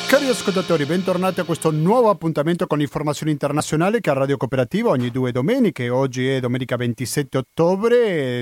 Cari ascoltatori, bentornati a questo nuovo appuntamento con l'informazione internazionale che a Radio Cooperativa ogni 2 domeniche. Oggi è domenica 27 ottobre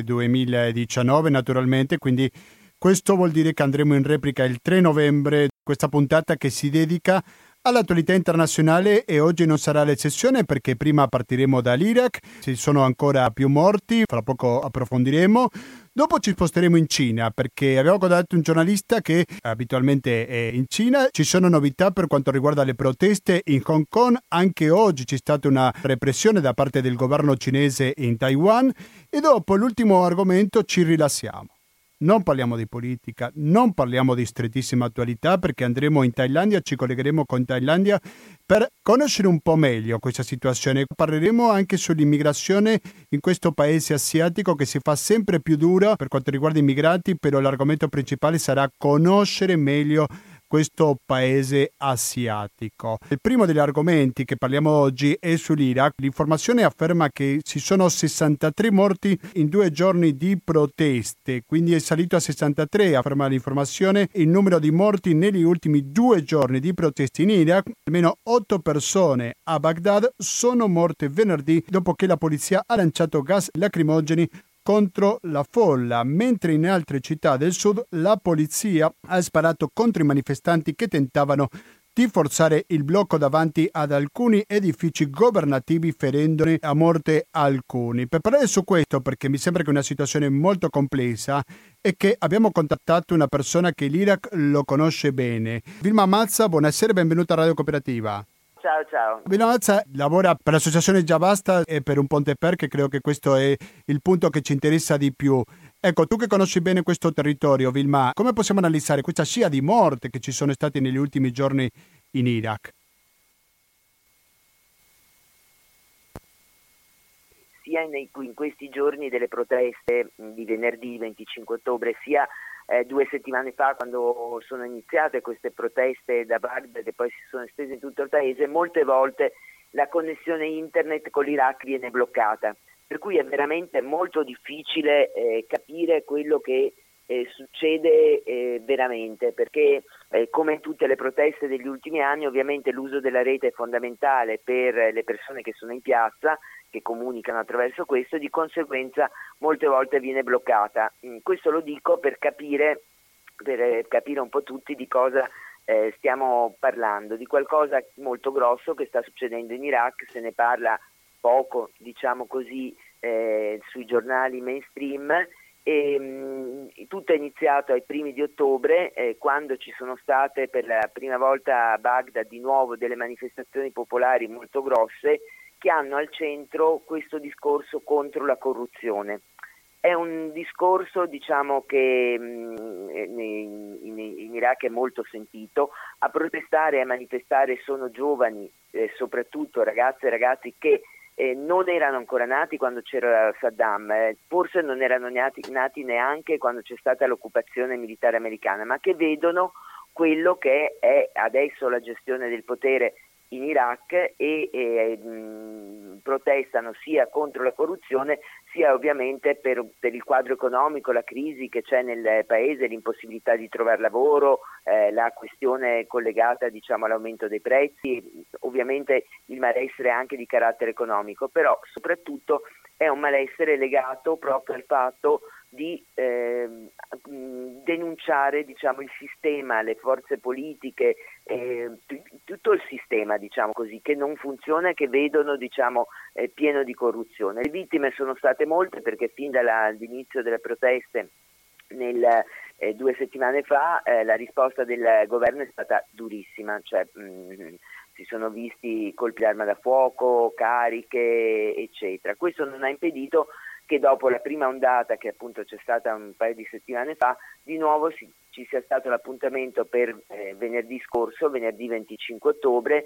2019 naturalmente, quindi questo vuol dire che andremo in replica il 3 novembre, questa puntata che si dedica all'attualità internazionale e oggi non sarà l'eccezione perché prima partiremo dall'Iraq, ci sono ancora più morti, fra poco approfondiremo. Dopo ci sposteremo in Cina perché abbiamo contattato un giornalista che abitualmente è in Cina. Ci sono novità per quanto riguarda le proteste in Hong Kong. Anche oggi c'è stata una repressione da parte del governo cinese in Taiwan. E dopo l'ultimo argomento ci rilassiamo. Non parliamo di politica, non parliamo di strettissima attualità perché andremo in Thailandia, ci collegheremo con Thailandia per conoscere un po' meglio questa situazione. Parleremo anche sull'immigrazione in questo paese asiatico che si fa sempre più dura per quanto riguarda i migranti, però l'argomento principale sarà conoscere meglio questo paese asiatico. Il primo degli argomenti che parliamo oggi è sull'Iraq. L'informazione afferma che ci sono 63 morti in 2 giorni di proteste, quindi è salito a 63, afferma l'informazione, il numero di morti negli ultimi 2 giorni di proteste in Iraq. Almeno 8 persone a Baghdad sono morte venerdì dopo che la polizia ha lanciato gas lacrimogeni contro la folla, mentre in altre città del sud la polizia ha sparato contro i manifestanti che tentavano di forzare il blocco davanti ad alcuni edifici governativi ferendone a morte alcuni. Per parlare su questo, perché mi sembra che è una situazione molto complessa, è che abbiamo contattato una persona che l'Iraq lo conosce bene. Vilma Mazza, buonasera e benvenuta a Radio Cooperativa. Ciao. Vilma Mazza lavora per l'associazione Già Basta e per un Ponte Per, che credo che questo è il punto che ci interessa di più. Ecco, tu che conosci bene questo territorio, Vilma, come possiamo analizzare questa scia di morte che ci sono state negli ultimi giorni in Iraq? Sia in questi giorni delle proteste di venerdì 25 ottobre, sia 2 settimane fa quando sono iniziate queste proteste da Baghdad e poi si sono estese in tutto il paese, molte volte la connessione internet con l'Iraq viene bloccata, per cui è veramente molto difficile capire quello che succede veramente, perché come in tutte le proteste degli ultimi anni ovviamente l'uso della rete è fondamentale per le persone che sono in piazza, che comunicano attraverso questo, e di conseguenza molte volte viene bloccata. Questo lo dico per capire un po' tutti di cosa stiamo parlando, di qualcosa molto grosso che sta succedendo in Iraq. Se ne parla poco, diciamo così, sui giornali mainstream. Tutto è iniziato ai primi di ottobre, quando ci sono state per la prima volta a Baghdad di nuovo delle manifestazioni popolari molto grosse che hanno al centro questo discorso contro la corruzione. È un discorso, diciamo, che in Iraq è molto sentito. A protestare e a manifestare sono giovani, soprattutto ragazze e ragazzi che non erano ancora nati quando c'era Saddam, forse non erano nati neanche quando c'è stata l'occupazione militare americana, ma che vedono quello che è adesso la gestione del potere in Iraq e protestano sia contro la corruzione sia ovviamente per il quadro economico, la crisi che c'è nel paese, l'impossibilità di trovare lavoro, la questione collegata, diciamo, all'aumento dei prezzi, ovviamente il malessere anche di carattere economico, però soprattutto è un malessere legato proprio al fatto di denunciare, diciamo, il sistema, le forze politiche, tutto il sistema, diciamo così, che non funziona e che vedono, diciamo, pieno di corruzione. Le vittime sono state molte perché fin dall'inizio delle proteste 2 settimane fa la risposta del governo è stata durissima, cioè si sono visti colpi d'arma da fuoco, cariche, eccetera. Questo non ha impedito che dopo la prima ondata, che appunto c'è stata un paio di settimane fa, di nuovo ci sia stato l'appuntamento per venerdì scorso, venerdì 25 ottobre,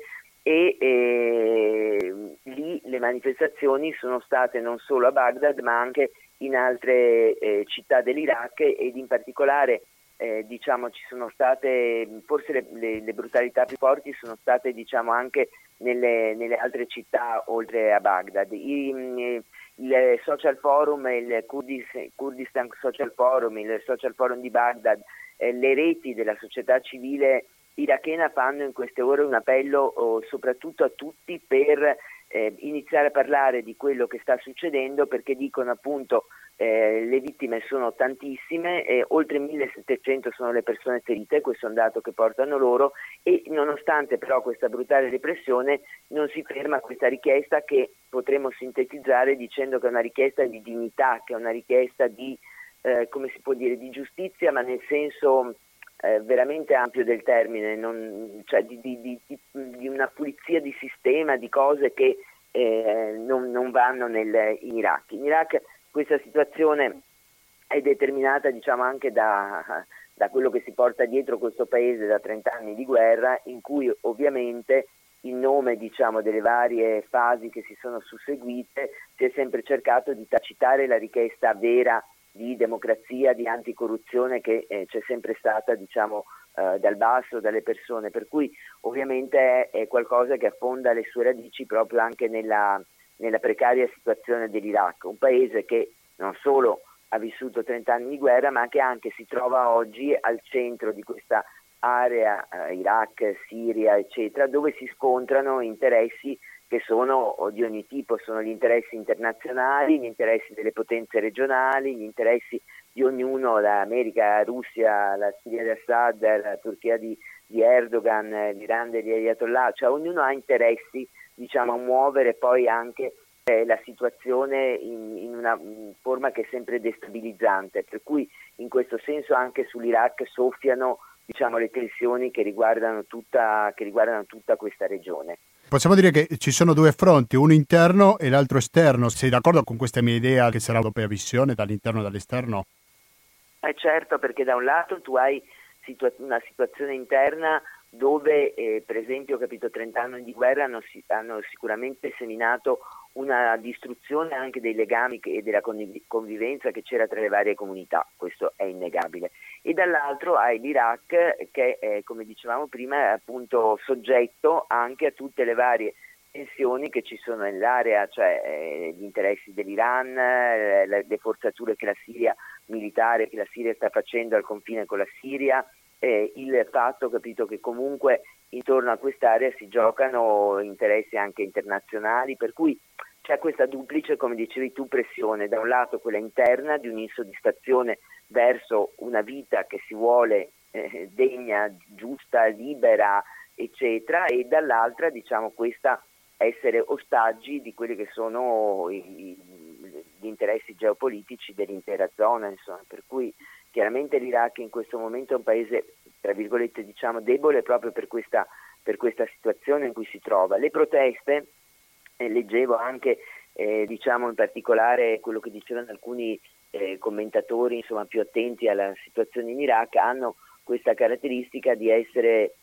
e lì le manifestazioni sono state non solo a Baghdad ma anche in altre città dell'Iraq, ed in particolare diciamo ci sono state forse le brutalità più forti sono state, diciamo, anche nelle altre città oltre a Baghdad. Il Social Forum, il Kurdistan Social Forum, il Social Forum di Baghdad, le reti della società civile irachena fanno in queste ore un appello soprattutto a tutti per iniziare a parlare di quello che sta succedendo, perché dicono appunto le vittime sono tantissime, oltre 1700 sono le persone ferite, questo è un dato che portano loro, e nonostante però questa brutale repressione non si ferma questa richiesta, che potremmo sintetizzare dicendo che è una richiesta di dignità, che è una richiesta di come si può dire, di giustizia, ma nel senso veramente ampio del termine, cioè di una pulizia di sistema, di cose che non vanno in Iraq. In Iraq questa situazione è determinata, diciamo, anche da quello che si porta dietro questo paese da 30 anni di guerra, in cui ovviamente in nome, diciamo, delle varie fasi che si sono susseguite si è sempre cercato di tacitare la richiesta vera di democrazia, di anticorruzione che c'è sempre stata, diciamo, dal basso, dalle persone, per cui ovviamente è qualcosa che affonda le sue radici proprio anche nella precaria situazione dell'Iraq, un paese che non solo ha vissuto 30 anni di guerra, ma che anche si trova oggi al centro di questa area, Iraq, Siria, eccetera, dove si scontrano interessi che sono di ogni tipo, sono gli interessi internazionali, gli interessi delle potenze regionali, gli interessi di ognuno, l'America, la Russia, la Siria di Assad, la Turchia di Erdogan, l'Iran degli Ayatollah, cioè ognuno ha interessi, diciamo, a muovere poi anche la situazione in una forma che è sempre destabilizzante, per cui in questo senso anche sull'Iraq soffiano, diciamo, le tensioni che riguardano tutta questa regione. Possiamo dire che ci sono due fronti, uno interno e l'altro esterno. Sei d'accordo con questa mia idea che sarà una doppia visione dall'interno e dall'esterno? Certo, perché da un lato tu hai una situazione interna dove per esempio, capito, 30 anni di guerra hanno sicuramente seminato una distruzione anche dei legami e della convivenza che c'era tra le varie comunità, questo è innegabile. E dall'altro hai l'Iraq che come dicevamo prima è appunto soggetto anche a tutte le varie tensioni che ci sono nell'area, cioè gli interessi dell'Iran, le forzature che la Siria militare che la Siria sta facendo al confine con la Siria, il fatto, capito, che comunque intorno a quest'area si giocano interessi anche internazionali, per cui c'è questa duplice, come dicevi tu, pressione, da un lato quella interna di un'insoddisfazione verso una vita che si vuole degna, giusta, libera, eccetera, e dall'altra, diciamo, questa essere ostaggi di quelli che sono gli interessi geopolitici dell'intera zona, insomma, per cui chiaramente l'Iraq in questo momento è un paese, tra virgolette, diciamo, debole proprio per questa situazione in cui si trova. Le proteste, leggevo anche, diciamo, in particolare quello che dicevano alcuni commentatori, insomma, più attenti alla situazione in Iraq, hanno questa caratteristica di essere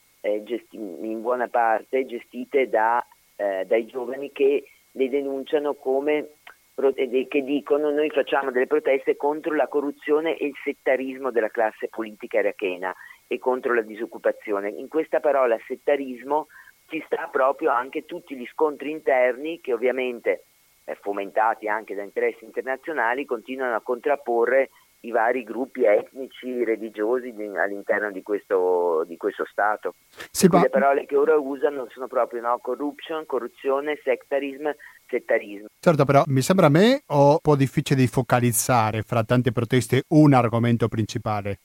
in buona parte gestite dai giovani che le denunciano come che dicono: noi facciamo delle proteste contro la corruzione e il settarismo della classe politica irachena e contro la disoccupazione. In questa parola settarismo ci sta proprio anche tutti gli scontri interni che ovviamente fomentati anche da interessi internazionali continuano a contrapporre i vari gruppi etnici, religiosi all'interno di questo Stato. Sì, le parole che ora usano sono proprio corruzione, sectarism, settarismo. Certo, però mi sembra a me un po' difficile di focalizzare fra tante proteste un argomento principale.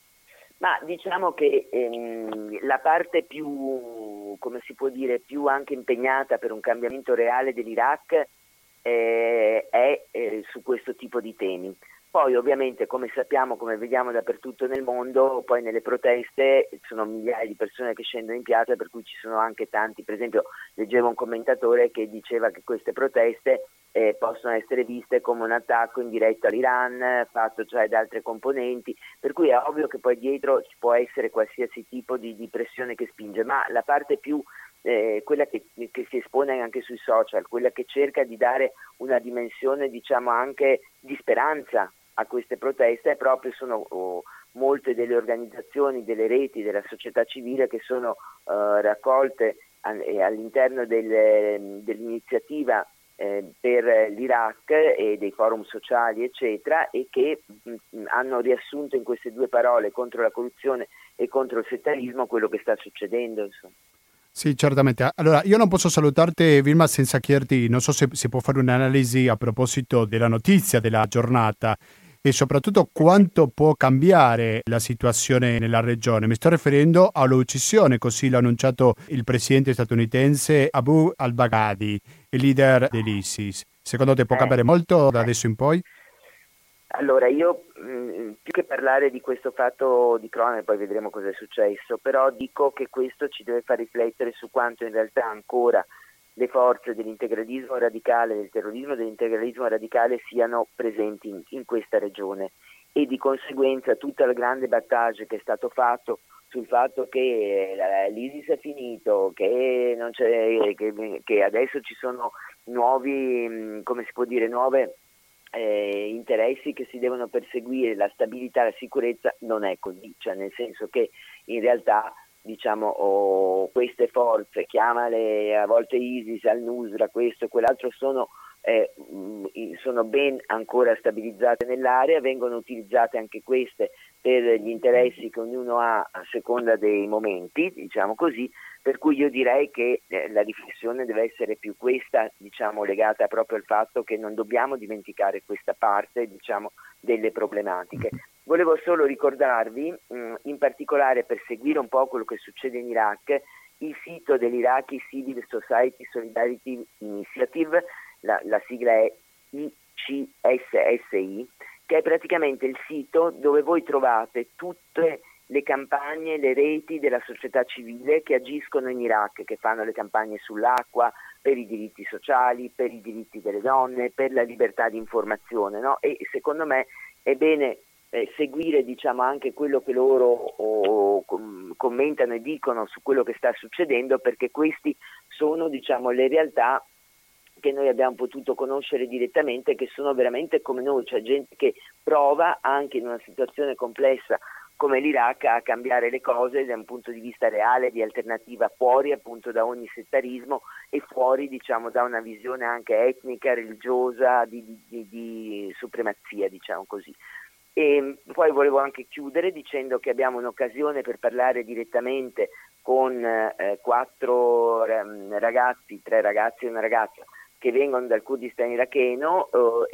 Ma diciamo che la parte più, come si può dire, più anche impegnata per un cambiamento reale dell'Iraq è su questo tipo di temi. Poi ovviamente, come sappiamo, come vediamo dappertutto nel mondo, poi nelle proteste sono migliaia di persone che scendono in piazza, per cui ci sono anche tanti. Per esempio leggevo un commentatore che diceva che queste proteste possono essere viste come un attacco indiretto all'Iran, fatto cioè da altre componenti, per cui è ovvio che poi dietro ci può essere qualsiasi tipo di pressione che spinge, ma la parte più quella che si espone anche sui social, quella che cerca di dare una dimensione, diciamo, anche di speranza a queste proteste, proprio sono molte delle organizzazioni, delle reti della società civile che sono raccolte all'interno dell'iniziativa per l'Iraq e dei forum sociali eccetera, e che hanno riassunto in queste due parole, contro la corruzione e contro il settarismo, quello che sta succedendo, insomma. Sì, certamente. Allora, io non posso salutarti, Vilma, senza chiederti, non so se si può fare un'analisi a proposito della notizia della giornata e soprattutto quanto può cambiare la situazione nella regione. Mi sto riferendo all'uccisione, così l'ha annunciato il presidente statunitense Abu al-Baghdadi, il leader dell'ISIS. Secondo te può cambiare molto da adesso in poi? Allora, io più che parlare di questo fatto di cronaca, poi vedremo cosa è successo, però dico che questo ci deve far riflettere su quanto in realtà ancora le forze dell'integralismo radicale, del terrorismo dell'integralismo radicale siano presenti in questa regione, e di conseguenza tutta la grande battaglia che è stato fatto sul fatto che l'ISIS è finito, che non c'è, che adesso ci sono nuovi, come si può dire, nuove interessi che si devono perseguire, la stabilità, la sicurezza, non è così, cioè nel senso che in realtà queste forze, chiamale a volte ISIS, al-Nusra, questo e quell'altro, sono ben ancora stabilizzate nell'area, vengono utilizzate anche queste per gli interessi che ognuno ha a seconda dei momenti, diciamo così, per cui io direi che la riflessione deve essere più questa, diciamo, legata proprio al fatto che non dobbiamo dimenticare questa parte, diciamo, delle problematiche. Volevo solo ricordarvi, in particolare per seguire un po' quello che succede in Iraq, il sito dell'Iraqi Civil Society Solidarity Initiative, la sigla è ICSSI, che è praticamente il sito dove voi trovate tutte le campagne, le reti della società civile che agiscono in Iraq, che fanno le campagne sull'acqua, per i diritti sociali, per i diritti delle donne, per la libertà di informazione, no? E secondo me è bene seguire, diciamo, anche quello che loro commentano e dicono su quello che sta succedendo, perché questi sono, diciamo, le realtà che noi abbiamo potuto conoscere direttamente, che sono veramente come noi, cioè gente che prova anche in una situazione complessa come l'Iraq a cambiare le cose da un punto di vista reale, di alternativa, fuori appunto da ogni settarismo e fuori, diciamo, da una visione anche etnica, religiosa, di supremazia, diciamo così. E poi volevo anche chiudere dicendo che abbiamo un'occasione per parlare direttamente con 4 ragazzi, 3 ragazzi e una ragazza, che vengono dal Kurdistan iracheno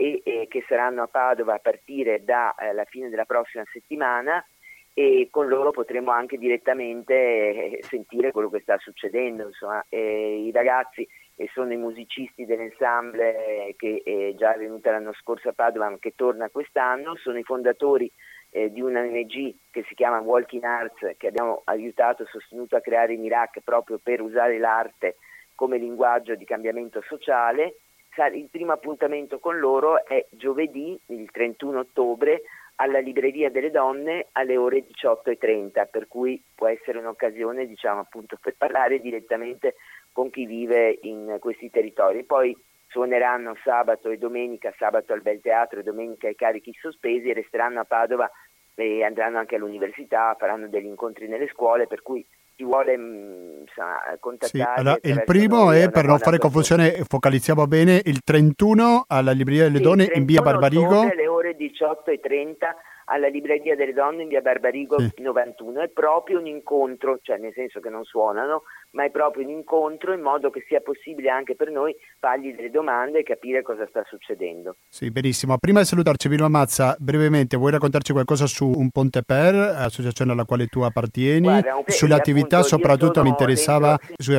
e che saranno a Padova a partire dalla fine della prossima settimana, e con loro potremo anche direttamente sentire quello che sta succedendo. Insomma, i ragazzi sono i musicisti dell'ensemble che è già venuta l'anno scorso a Padova, ma che torna quest'anno, sono i fondatori di una ONG che si chiama Walking Arts, che abbiamo aiutato e sostenuto a creare in Iraq proprio per usare l'arte come linguaggio di cambiamento sociale. Il primo appuntamento con loro è giovedì, il 31 ottobre, alla Libreria delle Donne alle ore 18:30, per cui può essere un'occasione, diciamo, appunto, per parlare direttamente con chi vive in questi territori. Poi suoneranno sabato e domenica, sabato al Bel Teatro e domenica ai Carichi Sospesi, e resteranno a Padova e andranno anche all'università, faranno degli incontri nelle scuole, per cui chi vuole contattare. Sì, allora, il primo è, per non fare confusione, focalizziamo bene, il 31 alla Libreria delle Donne in via Barbarigo. Alle ore 18:30 alla Libreria delle Donne in via Barbarigo 91. È proprio un incontro, cioè nel senso che non suonano, ma è proprio un incontro in modo che sia possibile anche per noi fargli delle domande e capire cosa sta succedendo. Sì, benissimo. Prima di salutarci, Vilma Mazza, brevemente vuoi raccontarci qualcosa su Un Ponte Per, associazione alla quale tu appartieni? Guarda, sulle attività, soprattutto mi interessava,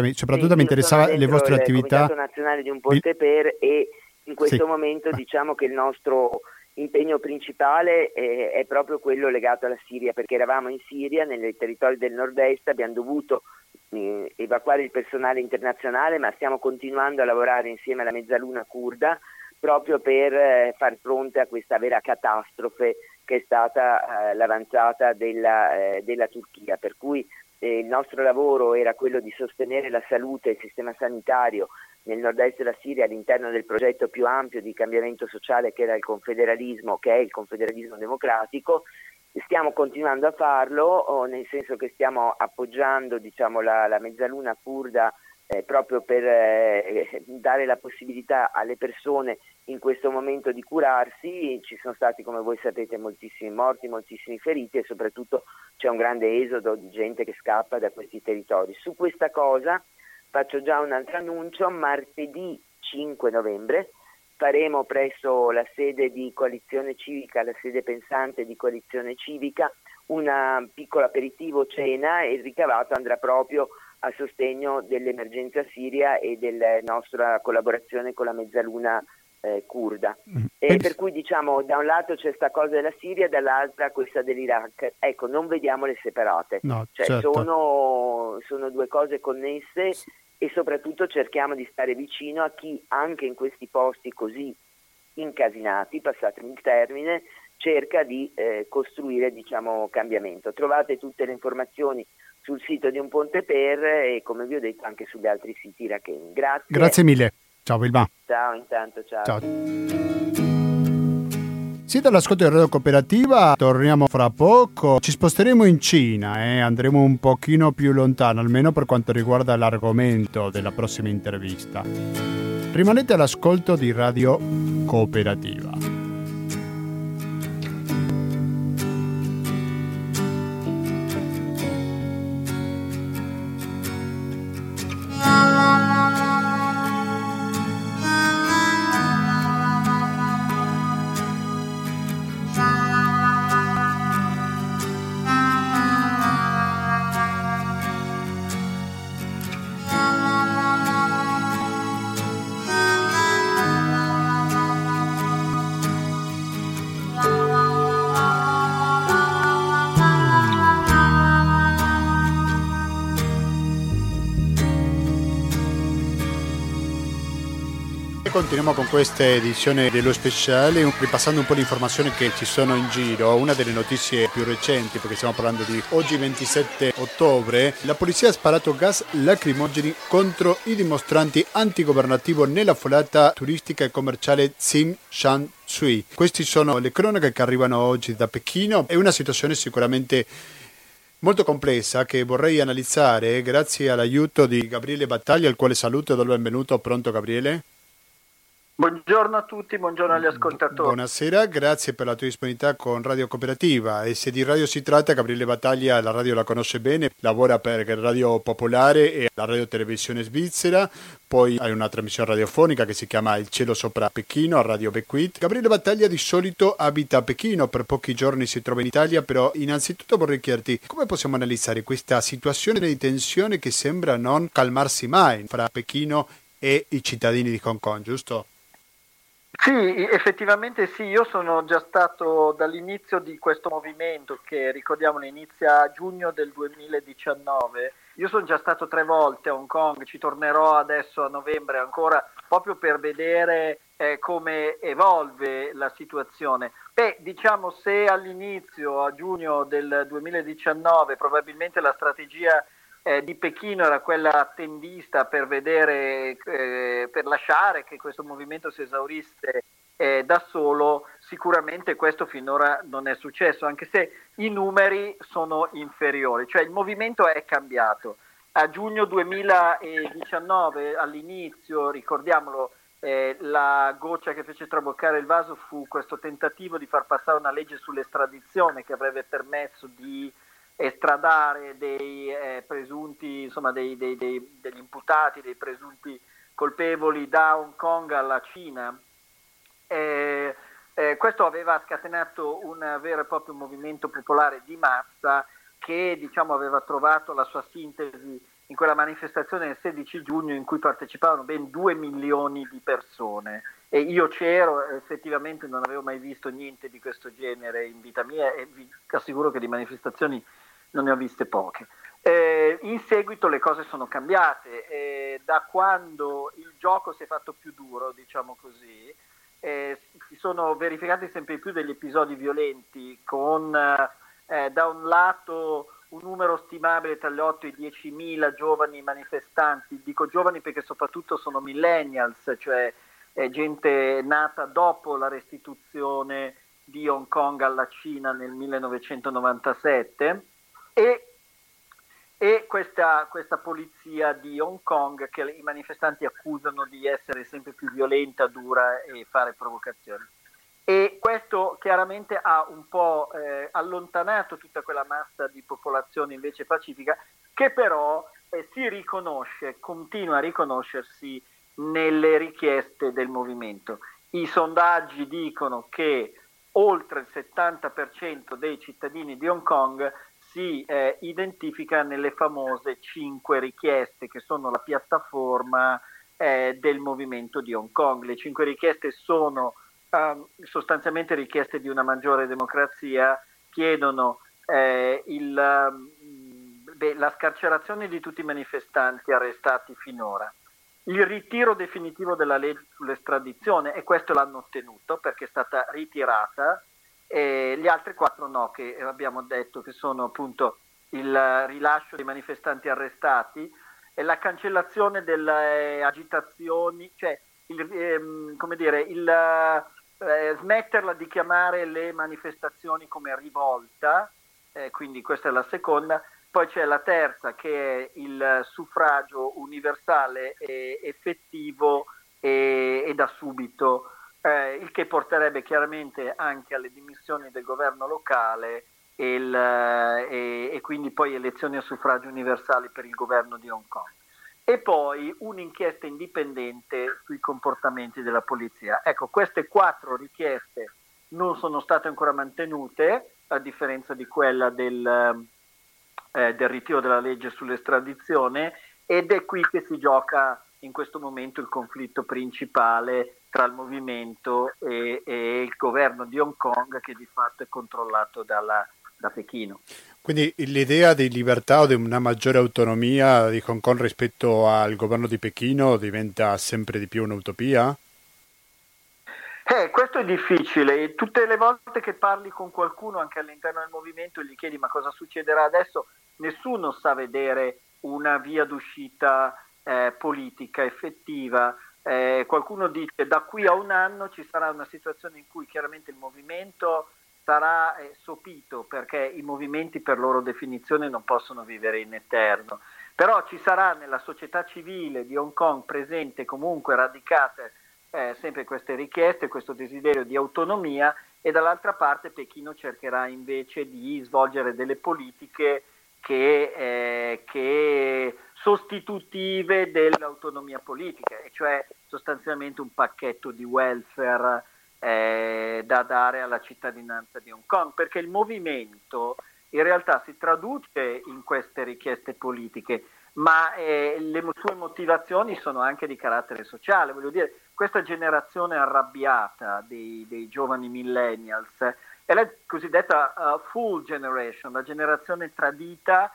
mi interessava le vostre attività. Il Comitato Nazionale di Un Ponte Per, e in questo momento diciamo che il nostro impegno principale è proprio quello legato alla Siria, perché eravamo in Siria, nei territori del nord-est, abbiamo dovuto evacuare il personale internazionale, ma stiamo continuando a lavorare insieme alla Mezzaluna curda proprio per far fronte a questa vera catastrofe che è stata l'avanzata della Turchia, per cui il nostro lavoro era quello di sostenere la salute e il sistema sanitario nel nord-est della Siria all'interno del progetto più ampio di cambiamento sociale che era il confederalismo, che è il confederalismo democratico. Stiamo continuando a farlo, nel senso che stiamo appoggiando, diciamo, la Mezzaluna curda proprio per dare la possibilità alle persone in questo momento di curarsi. Ci sono stati, come voi sapete, moltissimi morti, moltissimi feriti e soprattutto c'è un grande esodo di gente che scappa da questi territori. Su questa cosa faccio già un altro annuncio: martedì 5 novembre faremo presso la sede di Coalizione Civica, la sede pensante di Coalizione Civica, un piccolo aperitivo cena, e il ricavato andrà proprio a sostegno dell'emergenza siria e della nostra collaborazione con la Mezzaluna curda. Per cui diciamo, da un lato c'è sta cosa della Siria, dall'altra questa dell'Iraq. Ecco, non vediamole separate, No, cioè certo. sono due cose connesse, e soprattutto cerchiamo di stare vicino a chi anche in questi posti così incasinati, passatemi il termine, cerca di costruire, diciamo, cambiamento. Trovate tutte le informazioni sul sito di Un Ponte Per e, come vi ho detto, anche sugli altri siti iracheni. Grazie mille. Ciao Vilma. Ciao, intanto, ciao. Ciao. Siete all'ascolto di Radio Cooperativa, torniamo fra poco, ci sposteremo in Cina e andremo un pochino più lontano, almeno per quanto riguarda l'argomento della prossima intervista. Rimanete all'ascolto di Radio Cooperativa. Continuiamo con questa edizione dello speciale, ripassando un po' le informazioni che ci sono in giro. Una delle notizie più recenti, perché stiamo parlando di oggi 27 ottobre, la polizia ha sparato gas lacrimogeni contro i dimostranti antigovernativo nella folata turistica e commerciale Tsim Shan Tsui. Queste sono le cronache che arrivano oggi da Pechino. È una situazione sicuramente molto complessa che vorrei analizzare grazie all'aiuto di Gabriele Battaglia, al quale saluto e do il benvenuto. Pronto, Gabriele? Buongiorno a tutti, buongiorno agli ascoltatori. Buonasera, grazie per la tua disponibilità con Radio Cooperativa. E se di radio si tratta, Gabriele Battaglia la radio la conosce bene, lavora per Radio Popolare e la radio televisione svizzera, poi hai una trasmissione radiofonica che si chiama Il cielo sopra Pechino a Radio Bequit. Gabriele Battaglia di solito abita a Pechino, per pochi giorni si trova in Italia, però innanzitutto vorrei chiederti come possiamo analizzare questa situazione di tensione che sembra non calmarsi mai fra Pechino e i cittadini di Hong Kong, giusto? Sì, effettivamente sì, io sono già stato dall'inizio di questo movimento che, ricordiamo, inizia a giugno del 2019. Io sono già stato 3 volte a Hong Kong, ci tornerò adesso a novembre ancora, proprio per vedere come evolve la situazione. Diciamo, se all'inizio, a giugno del 2019, probabilmente la strategia di Pechino era quella attendista per vedere, per lasciare che questo movimento si esaurisse da solo, sicuramente questo finora non è successo, anche se i numeri sono inferiori, cioè il movimento è cambiato. A giugno 2019, all'inizio, ricordiamolo, la goccia che fece traboccare il vaso fu questo tentativo di far passare una legge sull'estradizione che avrebbe permesso di estradare dei presunti, insomma degli imputati, dei presunti colpevoli da Hong Kong alla Cina. Questo aveva scatenato un vero e proprio movimento popolare di massa che, diciamo, aveva trovato la sua sintesi in quella manifestazione del 16 giugno in cui partecipavano ben 2 milioni di persone. E io c'ero, effettivamente non avevo mai visto niente di questo genere in vita mia e vi assicuro che di manifestazioni non ne ho viste poche. In seguito le cose sono cambiate, da quando il gioco si è fatto più duro, diciamo così, si sono verificati sempre di più degli episodi violenti con da un lato un numero stimabile tra gli 8 e i 10.000 giovani manifestanti, dico giovani perché soprattutto sono millennials, cioè gente nata dopo la restituzione di Hong Kong alla Cina nel 1997, e e questa polizia di Hong Kong che i manifestanti accusano di essere sempre più violenta, dura e fare provocazioni. E questo chiaramente ha un po' allontanato tutta quella massa di popolazione invece pacifica, che però si riconosce, continua a riconoscersi nelle richieste del movimento. I sondaggi dicono che oltre il 70% dei cittadini di Hong Kong si identifica nelle famose 5 richieste, che sono la piattaforma del movimento di Hong Kong. Le 5 richieste sono sostanzialmente richieste di una maggiore democrazia, chiedono la scarcerazione di tutti i manifestanti arrestati finora, il ritiro definitivo della legge sull'estradizione, e questo l'hanno ottenuto perché è stata ritirata, e gli altri 4 no, che abbiamo detto che sono appunto il rilascio dei manifestanti arrestati e la cancellazione delle agitazioni, cioè smetterla di chiamare le manifestazioni come rivolta, quindi questa è la seconda. Poi c'è la terza, che è il suffragio universale e effettivo e da subito, il che porterebbe chiaramente anche alle dimissioni del governo locale e quindi poi elezioni a suffragio universale per il governo di Hong Kong. E poi un'inchiesta indipendente sui comportamenti della polizia. Ecco, queste 4 richieste non sono state ancora mantenute, a differenza di quella del ritiro della legge sull'estradizione, ed è qui che si gioca in questo momento il conflitto principale tra il movimento e il governo di Hong Kong, che di fatto è controllato da Pechino. Quindi l'idea di libertà o di una maggiore autonomia di Hong Kong rispetto al governo di Pechino diventa sempre di più un'utopia? Questo è difficile. Tutte le volte che parli con qualcuno anche all'interno del movimento e gli chiedi ma cosa succederà adesso, nessuno sa vedere una via d'uscita politica effettiva. Qualcuno dice da qui a un anno ci sarà una situazione in cui chiaramente il movimento sarà sopito, perché i movimenti per loro definizione non possono vivere in eterno, però ci sarà nella società civile di Hong Kong presente comunque radicate sempre queste richieste, questo desiderio di autonomia, e dall'altra parte Pechino cercherà invece di svolgere delle politiche che sostitutive dell'autonomia politica, e cioè sostanzialmente un pacchetto di welfare da dare alla cittadinanza di Hong Kong, perché il movimento in realtà si traduce in queste richieste politiche, ma le sue motivazioni sono anche di carattere sociale. Voglio dire, questa generazione arrabbiata dei giovani millennials è la cosiddetta full generation, la generazione tradita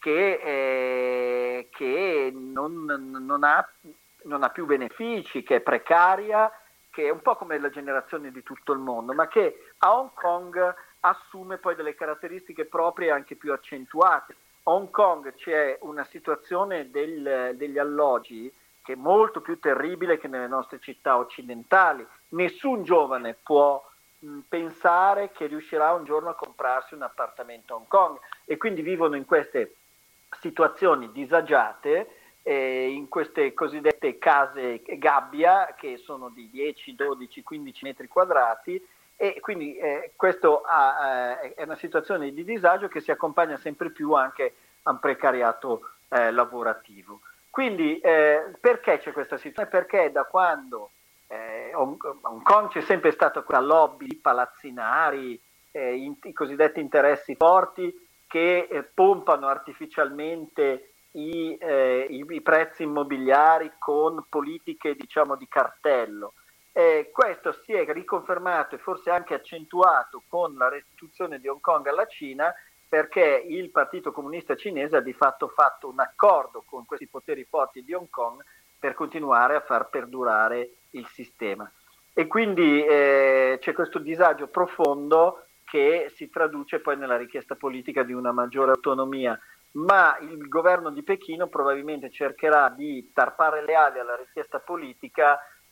che non ha più benefici, che è precaria, che è un po' come la generazione di tutto il mondo, ma che a Hong Kong assume poi delle caratteristiche proprie anche più accentuate. A Hong Kong c'è una situazione degli alloggi che è molto più terribile che nelle nostre città occidentali. Nessun giovane può pensare che riuscirà un giorno a comprarsi un appartamento a Hong Kong, e quindi vivono in queste situazioni disagiate, in queste cosiddette case gabbia, che sono di 10, 12, 15 metri quadrati, e quindi questo è una situazione di disagio che si accompagna sempre più anche a un precariato lavorativo. Quindi perché c'è questa situazione? Perché da quando Hong Kong c'è sempre stata quella lobby di palazzinari, i cosiddetti interessi forti, che pompano artificialmente i prezzi immobiliari con politiche, diciamo, di cartello. Questo si è riconfermato e forse anche accentuato con la restituzione di Hong Kong alla Cina, perché il Partito Comunista Cinese ha di fatto fatto un accordo con questi poteri forti di Hong Kong per continuare a far perdurare il sistema. E quindi c'è questo disagio profondo che si traduce poi nella richiesta politica di una maggiore autonomia, ma il governo di Pechino probabilmente cercherà di tarpare le ali alla richiesta politica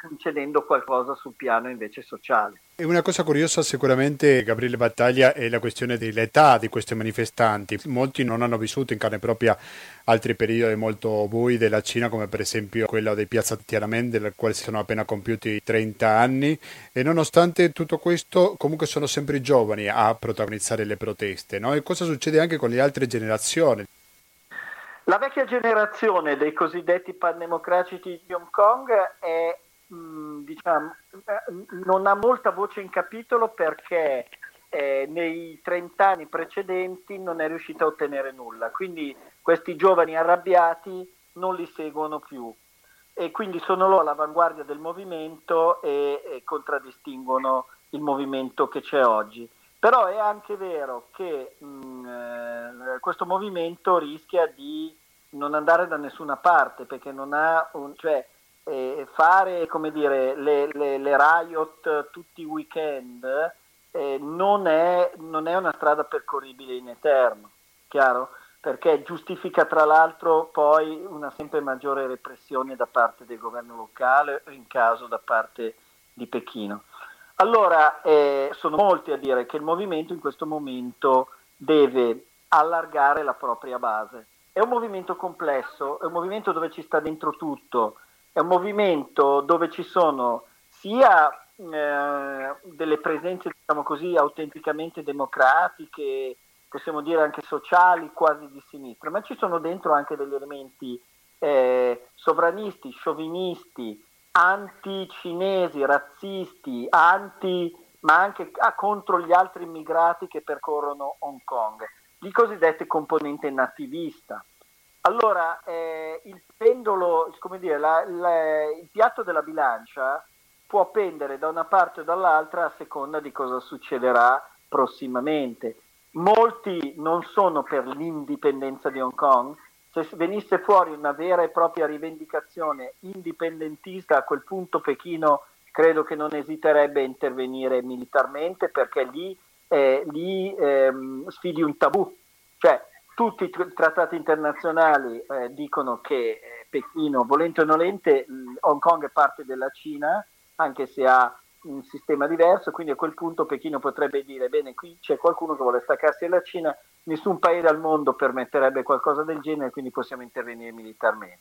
concedendo qualcosa sul piano invece sociale. E una cosa curiosa sicuramente, Gabriele Battaglia, è la questione dell'età di questi manifestanti. Molti non hanno vissuto in carne propria altri periodi molto bui della Cina, come per esempio quello di Piazza Tiananmen, del quale si sono appena compiuti 30 anni, e nonostante tutto questo comunque sono sempre i giovani a protagonizzare le proteste, no? E cosa succede anche con le altre generazioni? La vecchia generazione dei cosiddetti pandemocratici di Hong Kong è, diciamo, non ha molta voce in capitolo perché nei 30 anni precedenti non è riuscita a ottenere nulla, quindi questi giovani arrabbiati non li seguono più e quindi sono loro all'avanguardia del movimento e contraddistinguono il movimento che c'è oggi. Però è anche vero che questo movimento rischia di non andare da nessuna parte perché non ha fare come dire le riot tutti i weekend non è una strada percorribile in eterno, chiaro? Perché giustifica tra l'altro poi una sempre maggiore repressione da parte del governo locale o in caso da parte di Pechino. Allora, sono molti a dire che il movimento in questo momento deve allargare la propria base. È un movimento complesso, è un movimento dove ci sta dentro tutto, è un movimento dove ci sono sia delle presenze, diciamo così, autenticamente democratiche, possiamo dire anche sociali, quasi di sinistra, ma ci sono dentro anche degli elementi sovranisti, sciovinisti, anti-cinesi, razzisti, ma anche contro gli altri immigrati che percorrono Hong Kong, il cosiddetto componente nativista. Allora, il pendolo, come dire, il piatto della bilancia può pendere da una parte o dall'altra a seconda di cosa succederà prossimamente. Molti non sono per l'indipendenza di Hong Kong. Se venisse fuori una vera e propria rivendicazione indipendentista, a quel punto Pechino credo che non esiterebbe a intervenire militarmente perché lì sfidi un tabù. Cioè, tutti i trattati internazionali dicono che Pechino, volente o nolente, Hong Kong è parte della Cina, anche se ha un sistema diverso, quindi a quel punto Pechino potrebbe dire, bene, qui c'è qualcuno che vuole staccarsi dalla Cina, nessun paese al mondo permetterebbe qualcosa del genere, quindi possiamo intervenire militarmente.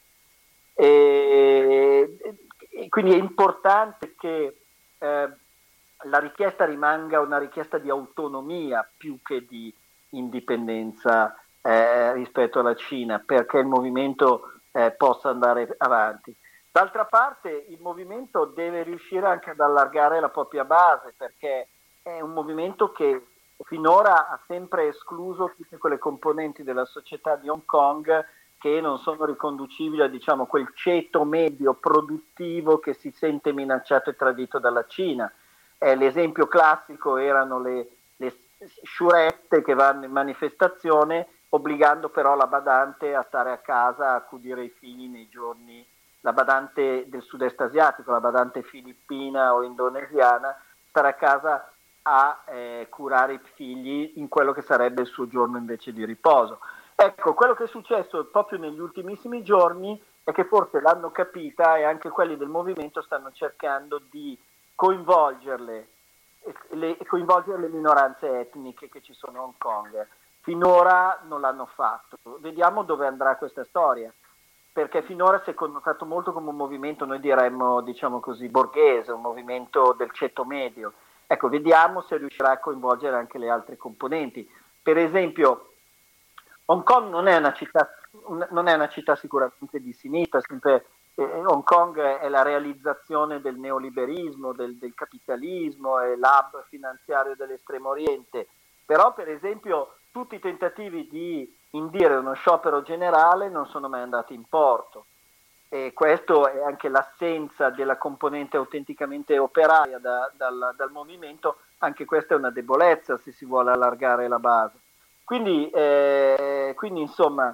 E quindi è importante che la richiesta rimanga una richiesta di autonomia più che di indipendenza rispetto alla Cina, perché il movimento possa andare avanti. D'altra parte il movimento deve riuscire anche ad allargare la propria base, perché è un movimento che finora ha sempre escluso tutte quelle componenti della società di Hong Kong che non sono riconducibili a, diciamo, quel ceto medio produttivo che si sente minacciato e tradito dalla Cina. L'esempio classico erano le sciurette che vanno in manifestazione obbligando però la badante a stare a casa a accudire i figli nei giorni, la badante del sud-est asiatico, la badante filippina o indonesiana, stare a casa a curare i figli in quello che sarebbe il suo giorno invece di riposo. Ecco, quello che è successo proprio negli ultimissimi giorni è che forse l'hanno capita e anche quelli del movimento stanno cercando di coinvolgere le minoranze etniche che ci sono a Hong Kong. Finora non l'hanno fatto. Vediamo dove andrà questa storia, perché finora si è connotato molto come un movimento, noi diremmo, diciamo così, borghese, un movimento del ceto medio. Ecco, vediamo se riuscirà a coinvolgere anche le altre componenti. Per esempio, Hong Kong non è una città sicuramente di sinistra, sempre Hong Kong è la realizzazione del neoliberismo, del capitalismo, è l'hub finanziario dell'estremo oriente, però per esempio tutti i tentativi di indire uno sciopero generale non sono mai andati in porto e questo è anche l'assenza della componente autenticamente operaia dal movimento, anche questa è una debolezza se si vuole allargare la base. Quindi insomma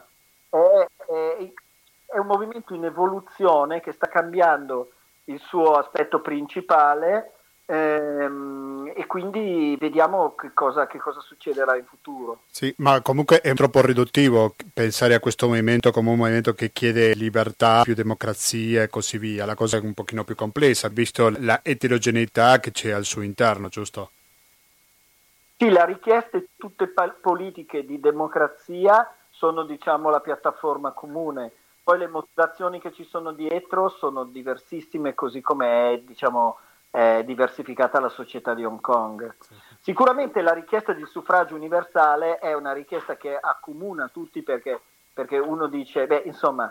è un movimento in evoluzione che sta cambiando il suo aspetto principale e quindi vediamo che cosa succederà in futuro. Sì, ma comunque è troppo riduttivo pensare a questo movimento come un movimento che chiede libertà, più democrazia e così via. La cosa è un pochino più complessa, visto la eterogeneità che c'è al suo interno, giusto? Sì, le richieste tutte politiche di democrazia sono, diciamo, la piattaforma comune. Poi le motivazioni che ci sono dietro sono diversissime, così come è, diciamo, diversificata la società di Hong Kong. Sicuramente la richiesta di suffragio universale è una richiesta che accomuna tutti perché uno dice, beh, insomma,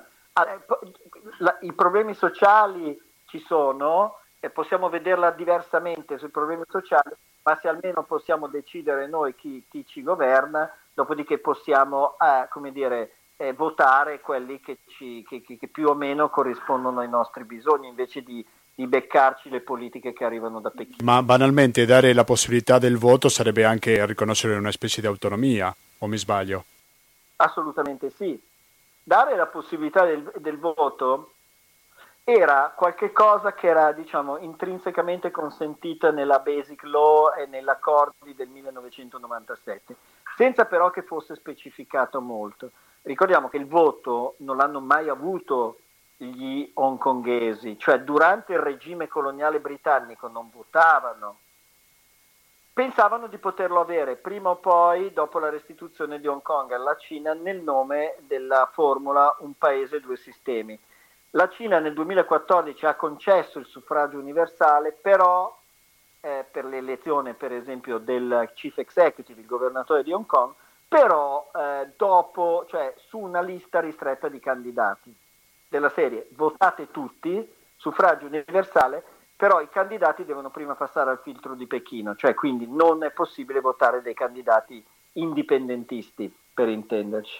i problemi sociali ci sono e possiamo vederla diversamente sui problemi sociali, ma se almeno possiamo decidere noi chi ci governa, dopodiché possiamo, come dire, votare quelli che più o meno corrispondono ai nostri bisogni, invece di beccarci le politiche che arrivano da Pechino. Ma banalmente dare la possibilità del voto sarebbe anche riconoscere una specie di autonomia, o mi sbaglio? Assolutamente sì. Dare la possibilità del voto era qualche cosa che era, diciamo, intrinsecamente consentita nella Basic Law e nell'accordi del 1997, senza però che fosse specificato molto. Ricordiamo che il voto non l'hanno mai avuto gli hongkongesi, cioè durante il regime coloniale britannico non votavano, pensavano di poterlo avere prima o poi dopo la restituzione di Hong Kong alla Cina nel nome della formula un paese, due sistemi. La Cina nel 2014 ha concesso il suffragio universale, però per l'elezione per esempio del Chief Executive, il governatore di Hong Kong, però dopo, cioè su una lista ristretta di candidati della serie, votate tutti, suffragio universale, però i candidati devono prima passare al filtro di Pechino, cioè quindi non è possibile votare dei candidati indipendentisti, per intenderci.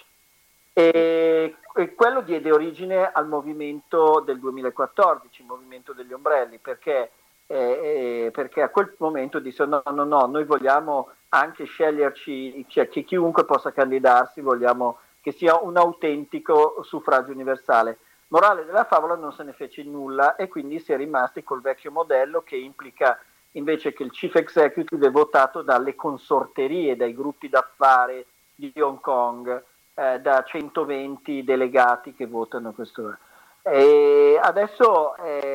E quello diede origine al movimento del 2014, il movimento degli ombrelli, perché a quel momento dissero no, noi vogliamo anche sceglierci, cioè che chiunque possa candidarsi, vogliamo che sia un autentico suffragio universale. Morale della favola, non se ne fece nulla e quindi si è rimasti col vecchio modello che implica invece che il chief executive è votato dalle consorterie, dai gruppi d'affari di Hong Kong, da 120 delegati che votano questo. E adesso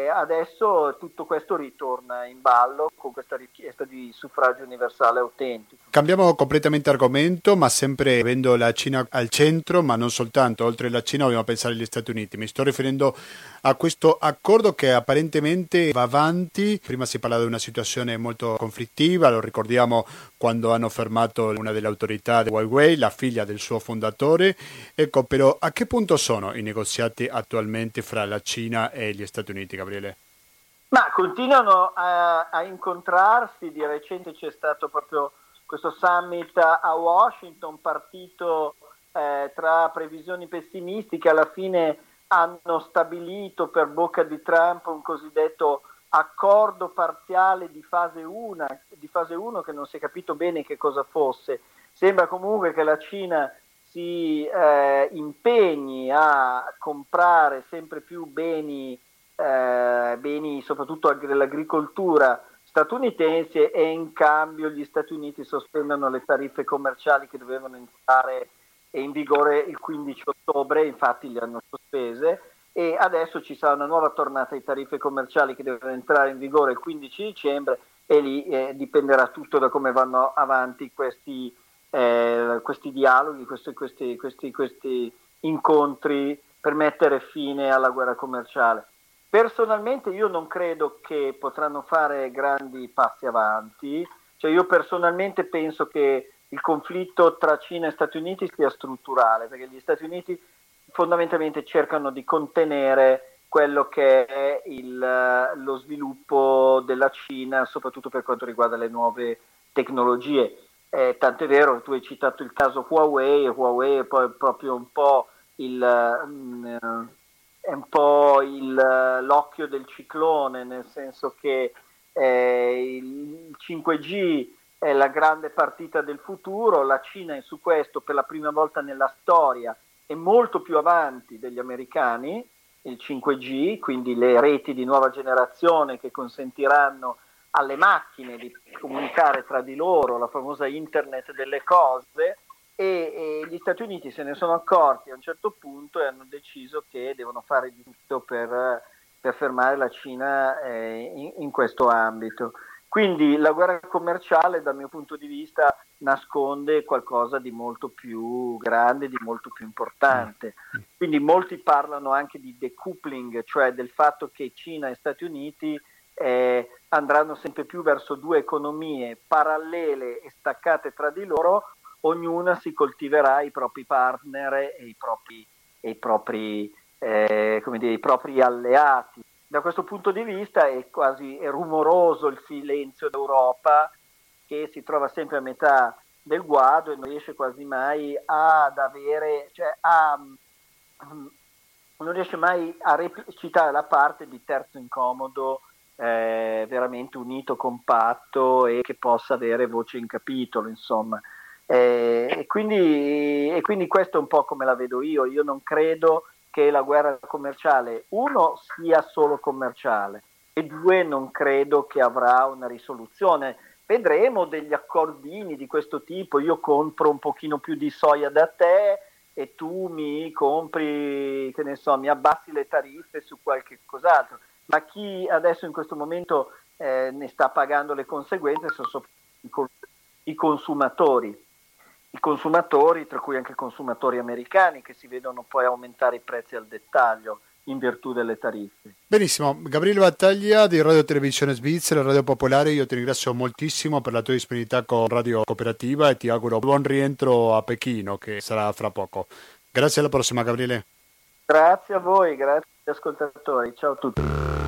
tutto questo ritorna in ballo con questa richiesta di suffragio universale autentico. Cambiamo completamente argomento, ma sempre avendo la Cina al centro, ma non soltanto. Oltre la Cina dobbiamo pensare agli Stati Uniti. Mi sto riferendo a questo accordo che apparentemente va avanti. Prima si parlava di una situazione molto conflittiva, lo ricordiamo quando hanno fermato una delle autorità di Huawei, la figlia del suo fondatore. Ecco, però a che punto sono i negoziati attualmente fra la Cina e gli Stati Uniti, Gabriele? Ma continuano a incontrarsi. Di recente c'è stato proprio questo summit a Washington, partito tra previsioni pessimistiche, alla fine hanno stabilito per bocca di Trump un cosiddetto accordo parziale di fase 1 che non si è capito bene che cosa fosse. Sembra comunque che la Cina si impegni a comprare sempre più beni soprattutto dell'agricoltura statunitense, e in cambio gli Stati Uniti sospendono le tariffe commerciali che dovevano entrare in vigore il 15 ottobre, infatti le hanno sospese, e adesso ci sarà una nuova tornata di tariffe commerciali che devono entrare in vigore il 15 dicembre e lì dipenderà tutto da come vanno avanti questi dialoghi, questi incontri per mettere fine alla guerra commerciale. Personalmente io non credo che potranno fare grandi passi avanti, cioè io personalmente penso che il conflitto tra Cina e Stati Uniti sia strutturale, perché gli Stati Uniti fondamentalmente cercano di contenere quello che è lo sviluppo della Cina, soprattutto per quanto riguarda le nuove tecnologie. Tanto è vero che tu hai citato il caso Huawei è poi proprio un po' l'occhio del ciclone, nel senso che il 5G è la grande partita del futuro, la Cina è su questo per la prima volta nella storia è molto più avanti degli americani, il 5G, quindi le reti di nuova generazione che consentiranno alle macchine di comunicare tra di loro, la famosa internet delle cose, e gli Stati Uniti se ne sono accorti a un certo punto e hanno deciso che devono fare di tutto per fermare la Cina in questo ambito. Quindi la guerra commerciale dal mio punto di vista nasconde qualcosa di molto più grande, di molto più importante. Quindi molti parlano anche di decoupling, cioè del fatto che Cina e Stati Uniti andranno sempre più verso due economie parallele e staccate tra di loro, ognuna si coltiverà i propri partner e i propri alleati. Da questo punto di vista è rumoroso il silenzio d'Europa, che si trova sempre a metà del guado e non riesce quasi mai non riesce mai a recitare la parte di terzo incomodo veramente unito, compatto e che possa avere voce in capitolo, insomma. E quindi questo è un po' come la vedo io. Io non credo che la guerra commerciale, uno, sia solo commerciale, e due, non credo che avrà una risoluzione. Vedremo degli accordini di questo tipo: io compro un pochino più di soia da te e tu mi compri, che ne so, mi abbassi le tariffe su qualche cos'altro. Ma chi adesso in questo momento ne sta pagando le conseguenze sono i consumatori. I consumatori, tra cui anche i consumatori americani, che si vedono poi aumentare i prezzi al dettaglio in virtù delle tariffe. Benissimo, Gabriele Battaglia di Radio Televisione Svizzera, Radio Popolare, io ti ringrazio moltissimo per la tua disponibilità con Radio Cooperativa e ti auguro buon rientro a Pechino, che sarà fra poco. Grazie, alla prossima, Gabriele. Grazie a voi, grazie agli ascoltatori, ciao a tutti.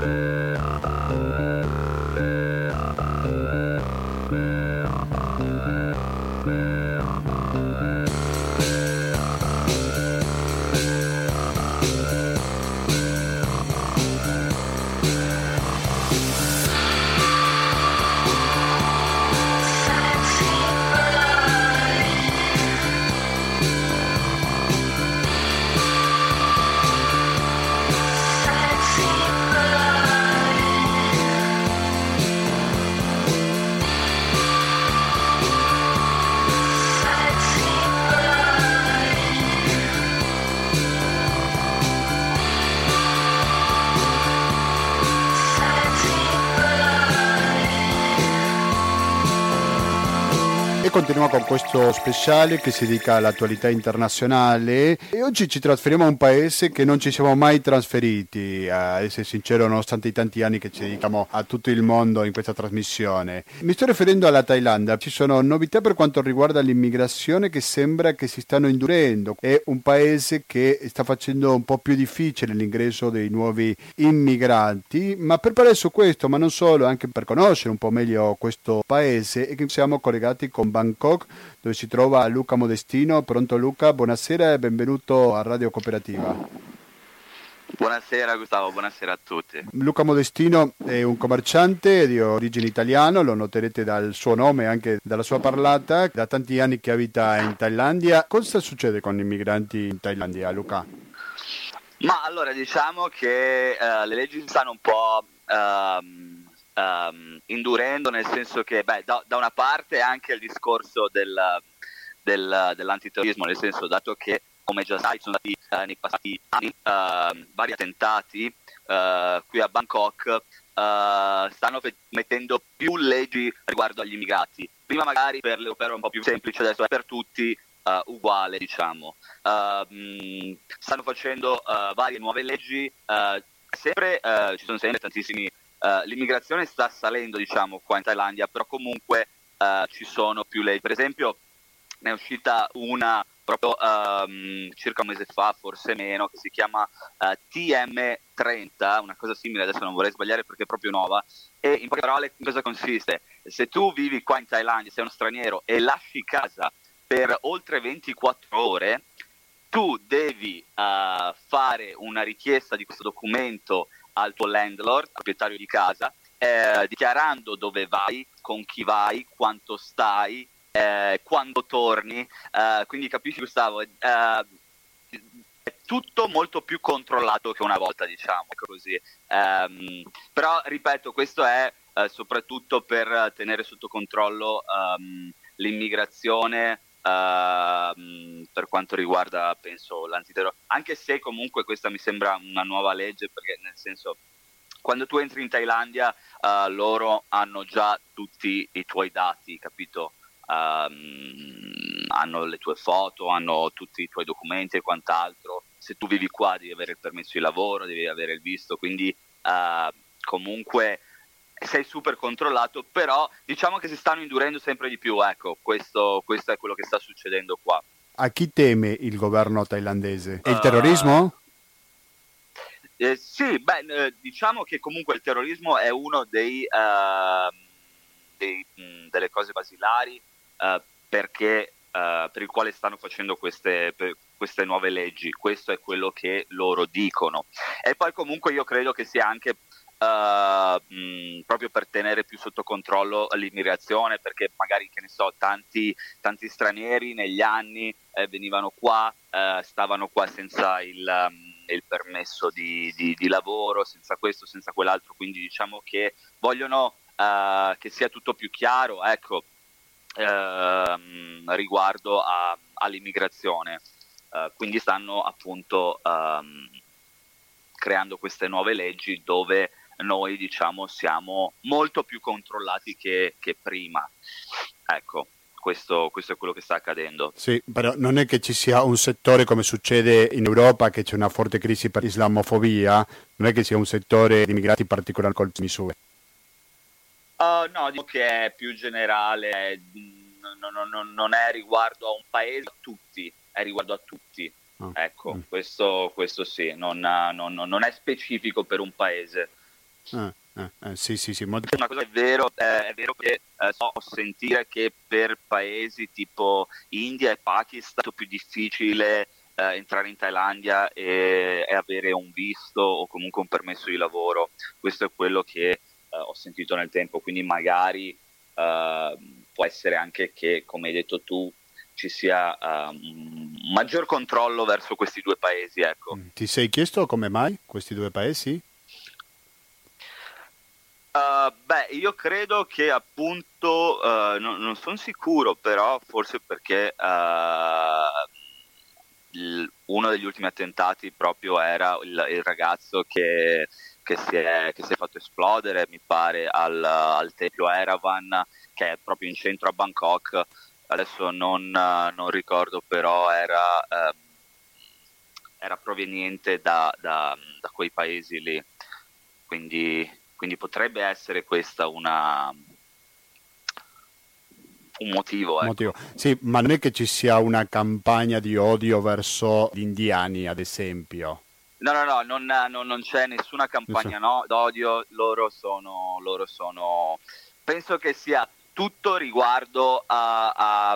Continuiamo con questo speciale che si dedica all'attualità internazionale e oggi ci trasferiamo a un paese che non ci siamo mai trasferiti, a essere sincero, nonostante i tanti anni che ci dedichiamo a tutto il mondo in questa trasmissione. Mi sto riferendo alla Thailandia. Ci sono novità per quanto riguarda l'immigrazione che sembra che si stanno indurendo. È un paese che sta facendo un po' più difficile l'ingresso dei nuovi immigranti, ma per parlare su questo, ma non solo, anche per conoscere un po' meglio questo paese, e che siamo collegati con Bangkok, dove si trova Luca Modestino. Pronto Luca, buonasera e benvenuto a Radio Cooperativa. Buonasera Gustavo, buonasera a tutti. Luca Modestino è un commerciante di origine italiana, lo noterete dal suo nome e anche dalla sua parlata, da tanti anni che abita in Thailandia. Cosa succede con i migranti in Thailandia, Luca? Ma allora diciamo che le leggi si stanno un po' indurendo, nel senso che da una parte anche il discorso dell'antiterrorismo, nel senso, dato che, come già sai, sono stati nei passati anni vari attentati qui a Bangkok, stanno mettendo più leggi riguardo agli immigrati. Prima magari per l'europeo era un po' più semplice, adesso è per tutti uguale, diciamo. Stanno facendo varie nuove leggi, ci sono sempre tantissimi. L'immigrazione sta salendo, diciamo, qua in Thailandia, però comunque ci sono più leggi. Per esempio ne è uscita una proprio circa un mese fa, forse meno, che si chiama TM30, una cosa simile, adesso non vorrei sbagliare perché è proprio nuova, e in poche parole in cosa consiste? Se tu vivi qua in Thailandia, sei uno straniero e lasci casa per oltre 24 ore, tu devi fare una richiesta di questo documento al tuo landlord, proprietario di casa, dichiarando dove vai, con chi vai, quanto stai, quando torni, quindi capisci Gustavo, è tutto molto più controllato che una volta, diciamo, ecco così. Però ripeto, questo è soprattutto per tenere sotto controllo l'immigrazione, per quanto riguarda, penso, l'antiterrorismo, anche se comunque questa mi sembra una nuova legge, perché nel senso, quando tu entri in Thailandia loro hanno già tutti i tuoi dati, capito? Hanno le tue foto, hanno tutti i tuoi documenti e quant'altro. Se tu vivi qua devi avere il permesso di lavoro, devi avere il visto, quindi comunque sei super controllato, però diciamo che si stanno indurendo sempre di più, ecco, questo è quello che sta succedendo qua. A chi teme il governo thailandese? Il terrorismo? Sì, diciamo che comunque il terrorismo è uno delle cose basilari, perché per il quale stanno facendo queste nuove leggi. Questo è quello che loro dicono. E poi comunque io credo che sia anche proprio per tenere più sotto controllo l'immigrazione, perché magari, che ne so, tanti stranieri negli anni venivano qua, stavano qua senza il permesso di lavoro, senza questo, senza quell'altro, quindi diciamo che vogliono che sia tutto più chiaro, ecco, riguardo all'immigrazione. Quindi stanno appunto creando queste nuove leggi dove noi, diciamo, siamo molto più controllati che prima. Ecco, questo è quello che sta accadendo. Sì, però non è che ci sia un settore come succede in Europa, che c'è una forte crisi per islamofobia, non è che sia un settore di immigrati particolare col misure. No, dico che è più generale, non è riguardo a un paese, a tutti, è riguardo a tutti. Ecco, questo sì, non è specifico per un paese. Sì, molto... Una cosa è vero che so sentire che per paesi tipo India e Pakistan è più difficile entrare in Thailandia e avere un visto o comunque un permesso di lavoro. Questo è quello che ho sentito nel tempo, quindi magari può essere anche che, come hai detto tu, ci sia un maggior controllo verso questi due paesi, ecco. Ti sei chiesto come mai questi due paesi? Io credo che appunto, non sono sicuro, però forse perché uno degli ultimi attentati proprio era il ragazzo che si è fatto esplodere, mi pare, al tempio Erevan, che è proprio in centro a Bangkok. Adesso non ricordo, però era proveniente da quei paesi lì, quindi potrebbe essere questa un motivo, ecco. Sì, ma non è che ci sia una campagna di odio verso gli indiani, ad esempio. No, non c'è nessuna campagna d'odio, loro sono, penso che sia tutto riguardo a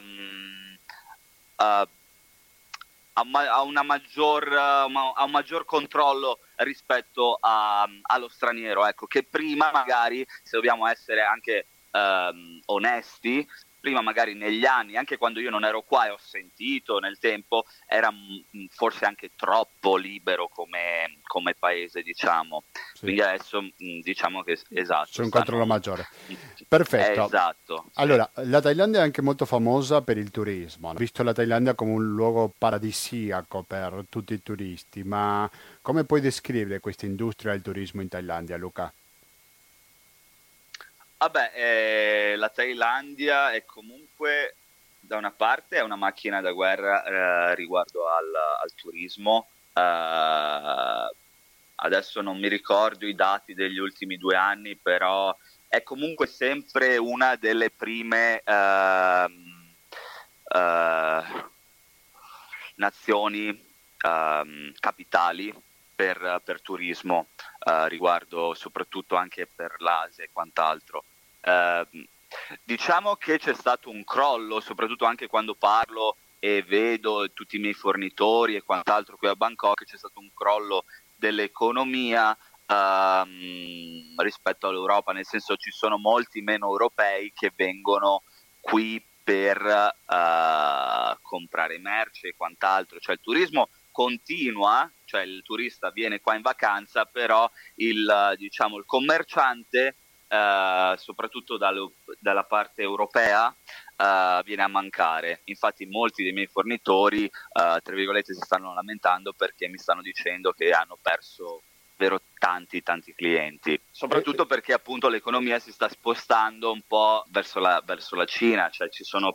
un maggior controllo rispetto allo straniero, ecco, che prima magari, se dobbiamo essere anche onesti, prima magari negli anni, anche quando io non ero qua e ho sentito nel tempo, era forse anche troppo libero come paese, diciamo. Sì. Quindi adesso diciamo che esatto. C'è un controllo maggiore. Perfetto. Esatto. Allora, la Thailandia è anche molto famosa per il turismo. Ho visto la Thailandia come un luogo paradisiaco per tutti i turisti, ma come puoi descrivere questa industria del turismo in Thailandia, Luca? La Thailandia è comunque, da una parte, è una macchina da guerra riguardo al turismo. Adesso non mi ricordo i dati degli ultimi 2 anni, però è comunque sempre una delle prime nazioni capitali per turismo, riguardo soprattutto anche per l'Asia e quant'altro. Diciamo che c'è stato un crollo, soprattutto anche quando parlo e vedo tutti i miei fornitori e quant'altro qui a Bangkok, c'è stato un crollo dell'economia rispetto all'Europa, nel senso ci sono molti meno europei che vengono qui per comprare merce e quant'altro, cioè il turismo continua, cioè il turista viene qua in vacanza, però il commerciante soprattutto dalla parte europea, viene a mancare. Infatti molti dei miei fornitori, tra virgolette, si stanno lamentando perché mi stanno dicendo che hanno perso davvero tanti clienti, soprattutto perché appunto l'economia si sta spostando un po' verso la Cina, cioè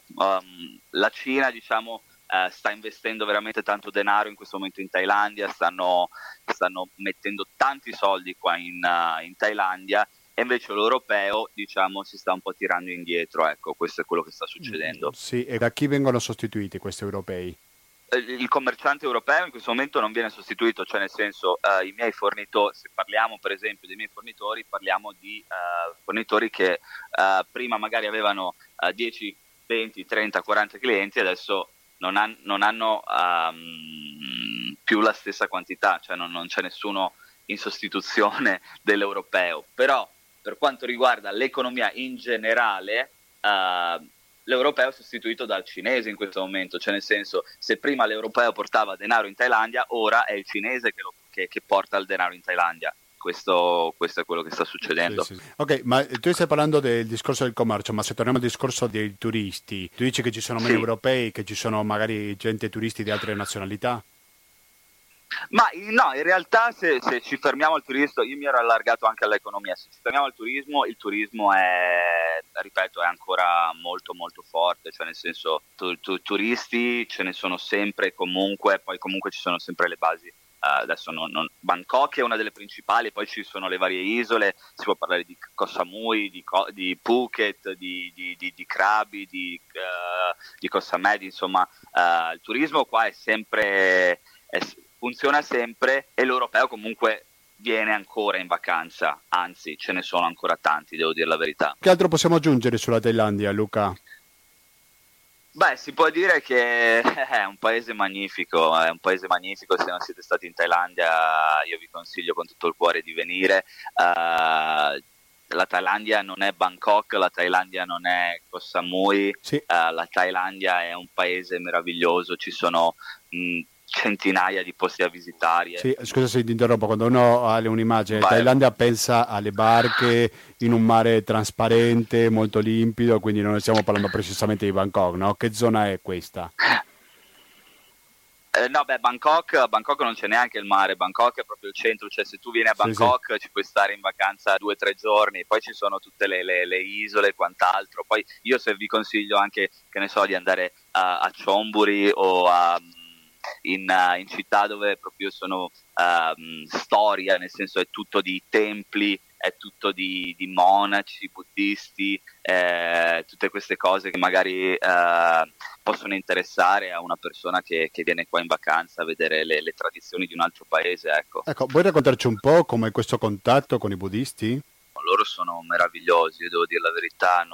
la Cina, diciamo, sta investendo veramente tanto denaro in questo momento in Thailandia, stanno mettendo tanti soldi qua in Thailandia, e invece l'europeo, diciamo, si sta un po' tirando indietro. Ecco, questo è quello che sta succedendo. Sì, e da chi vengono sostituiti questi europei? Il commerciante europeo in questo momento non viene sostituito, cioè nel senso, i miei fornitori, se parliamo per esempio dei miei fornitori, parliamo di fornitori che prima magari avevano 10, 20, 30, 40 clienti, adesso non hanno più la stessa quantità, cioè non c'è nessuno in sostituzione dell'europeo. Però per quanto riguarda l'economia in generale, l'europeo è sostituito dal cinese in questo momento, cioè nel senso, se prima l'europeo portava denaro in Thailandia, ora è il cinese che porta il denaro in Thailandia. Questo è quello che sta succedendo. Sì. Ok, ma tu stai parlando del discorso del commercio, ma se torniamo al discorso dei turisti, tu dici che ci sono meno europei, che ci sono magari gente turisti di altre nazionalità? Ma no, in realtà se ci fermiamo al turismo, io mi ero allargato anche all'economia, se ci fermiamo al turismo, il turismo è, ripeto, è ancora molto molto forte, cioè nel senso, turisti ce ne sono sempre comunque, poi comunque ci sono sempre le basi. Adesso Bangkok è una delle principali, poi ci sono le varie isole, si può parlare di Koh Samui, di Phuket, di Krabi, di Koh Samet, insomma, il turismo qua è sempre... funziona sempre, e l'europeo comunque viene ancora in vacanza, anzi ce ne sono ancora tanti, devo dire la verità. Che altro possiamo aggiungere sulla Thailandia, Luca? Beh, si può dire che è un paese magnifico, se non siete stati in Thailandia io vi consiglio con tutto il cuore di venire. La Thailandia non è Bangkok, la Thailandia non è Koh Samui, sì. La Thailandia è un paese meraviglioso, ci sono centinaia di posti da visitare. Sì, scusa se ti interrompo, quando uno ha un'immagine Thailandia pensa alle barche in un mare trasparente, molto limpido, quindi non stiamo parlando precisamente di Bangkok, no? Che zona è questa? No, Bangkok non c'è neanche il mare, Bangkok è proprio il centro, cioè se tu vieni a Bangkok ci puoi stare in vacanza 2 o 3 giorni, poi ci sono tutte le isole e quant'altro. Poi io se vi consiglio anche, che ne so, di andare a Chonburi o in città dove proprio sono storia, nel senso è tutto di templi, è tutto di monaci, buddisti, tutte queste cose che magari possono interessare a una persona che viene qua in vacanza a vedere le tradizioni di un altro paese. Ecco, vuoi raccontarci un po' com'è questo contatto con i buddisti? Loro sono meravigliosi, io devo dire la verità,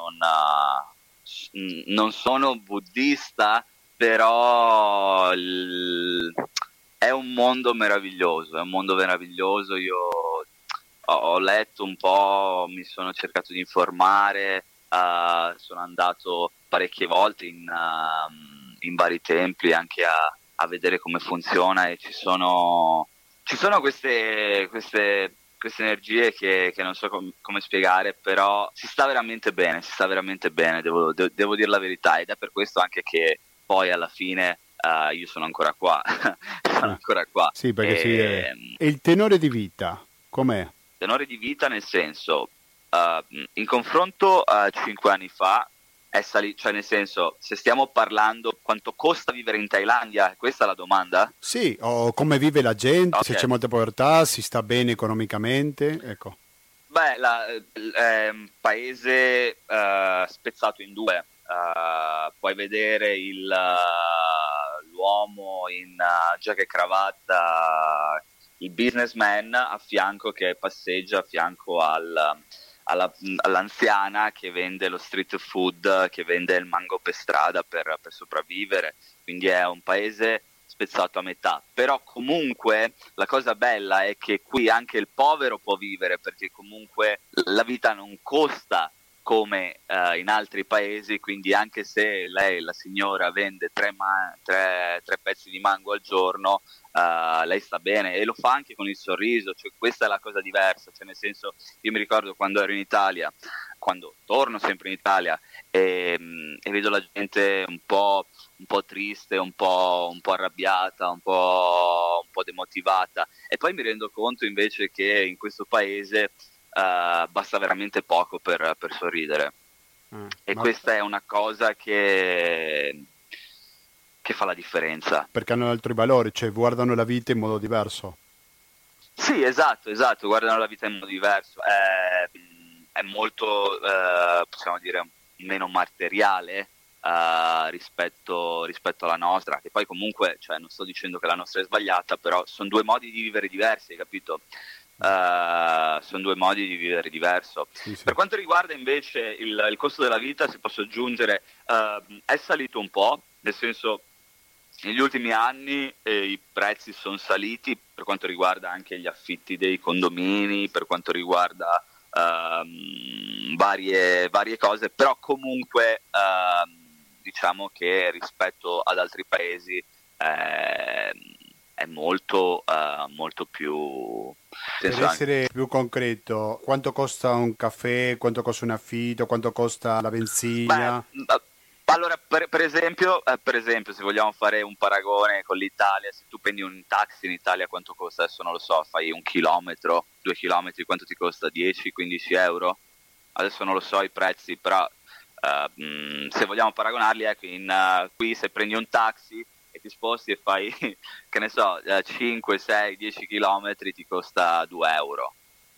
non sono buddista, però è un mondo meraviglioso, io ho letto un po', mi sono cercato di informare, sono andato parecchie volte in vari templi anche a vedere come funziona, e ci sono queste energie che non so come spiegare, però si sta veramente bene, devo dire la verità, ed è per questo anche che poi alla fine io sono ancora qua. Sì, perché e il tenore di vita com'è? Tenore di vita nel senso, in confronto a 5 anni fa è salito, cioè nel senso, se stiamo parlando quanto costa vivere in Thailandia, questa è la domanda? Sì, o come vive la gente, okay. Se c'è molta povertà, si sta bene economicamente, ecco. Beh, è un paese spezzato in due. Puoi vedere l'uomo in giacca e cravatta, il businessman a fianco che passeggia a fianco all'anziana che vende lo street food, che vende il mango per strada per sopravvivere. Quindi è un paese spezzato a metà, però comunque la cosa bella è che qui anche il povero può vivere, perché comunque la vita non costa come in altri paesi, quindi anche se la signora vende tre pezzi di mango al giorno, lei sta bene e lo fa anche con il sorriso, cioè questa è la cosa diversa, cioè nel senso, io mi ricordo quando ero in Italia, quando torno sempre in Italia e vedo la gente un po' triste, un po' arrabbiata, un po' demotivata, e poi mi rendo conto invece che in questo paese basta veramente poco per sorridere, e questa è una cosa che fa la differenza. Perché hanno altri valori, cioè guardano la vita in modo diverso. Sì, esatto, guardano la vita in modo diverso, è molto, possiamo dire, meno materiale rispetto alla nostra, che poi comunque, cioè, non sto dicendo che la nostra è sbagliata, però sono due modi di vivere diversi, hai capito? Sono due modi di vivere diverso. Sì. Per quanto riguarda invece il costo della vita, se posso aggiungere, è salito un po', nel senso, negli ultimi anni i prezzi sono saliti per quanto riguarda anche gli affitti dei condomini, per quanto riguarda varie cose, però comunque diciamo che rispetto ad altri paesi è molto più... Per essere più concreto, quanto costa un caffè, quanto costa un affitto, quanto costa la benzina? Allora, per esempio, se vogliamo fare un paragone con l'Italia, se tu prendi un taxi in Italia quanto costa? Adesso non lo so, fai 1 chilometro, 2 chilometri, quanto ti costa? 10-15 euro? Adesso non lo so i prezzi, però se vogliamo paragonarli, ecco, qui se prendi un taxi e ti sposti e fai, che ne so, 5, 6, 10 chilometri ti costa 2 euro.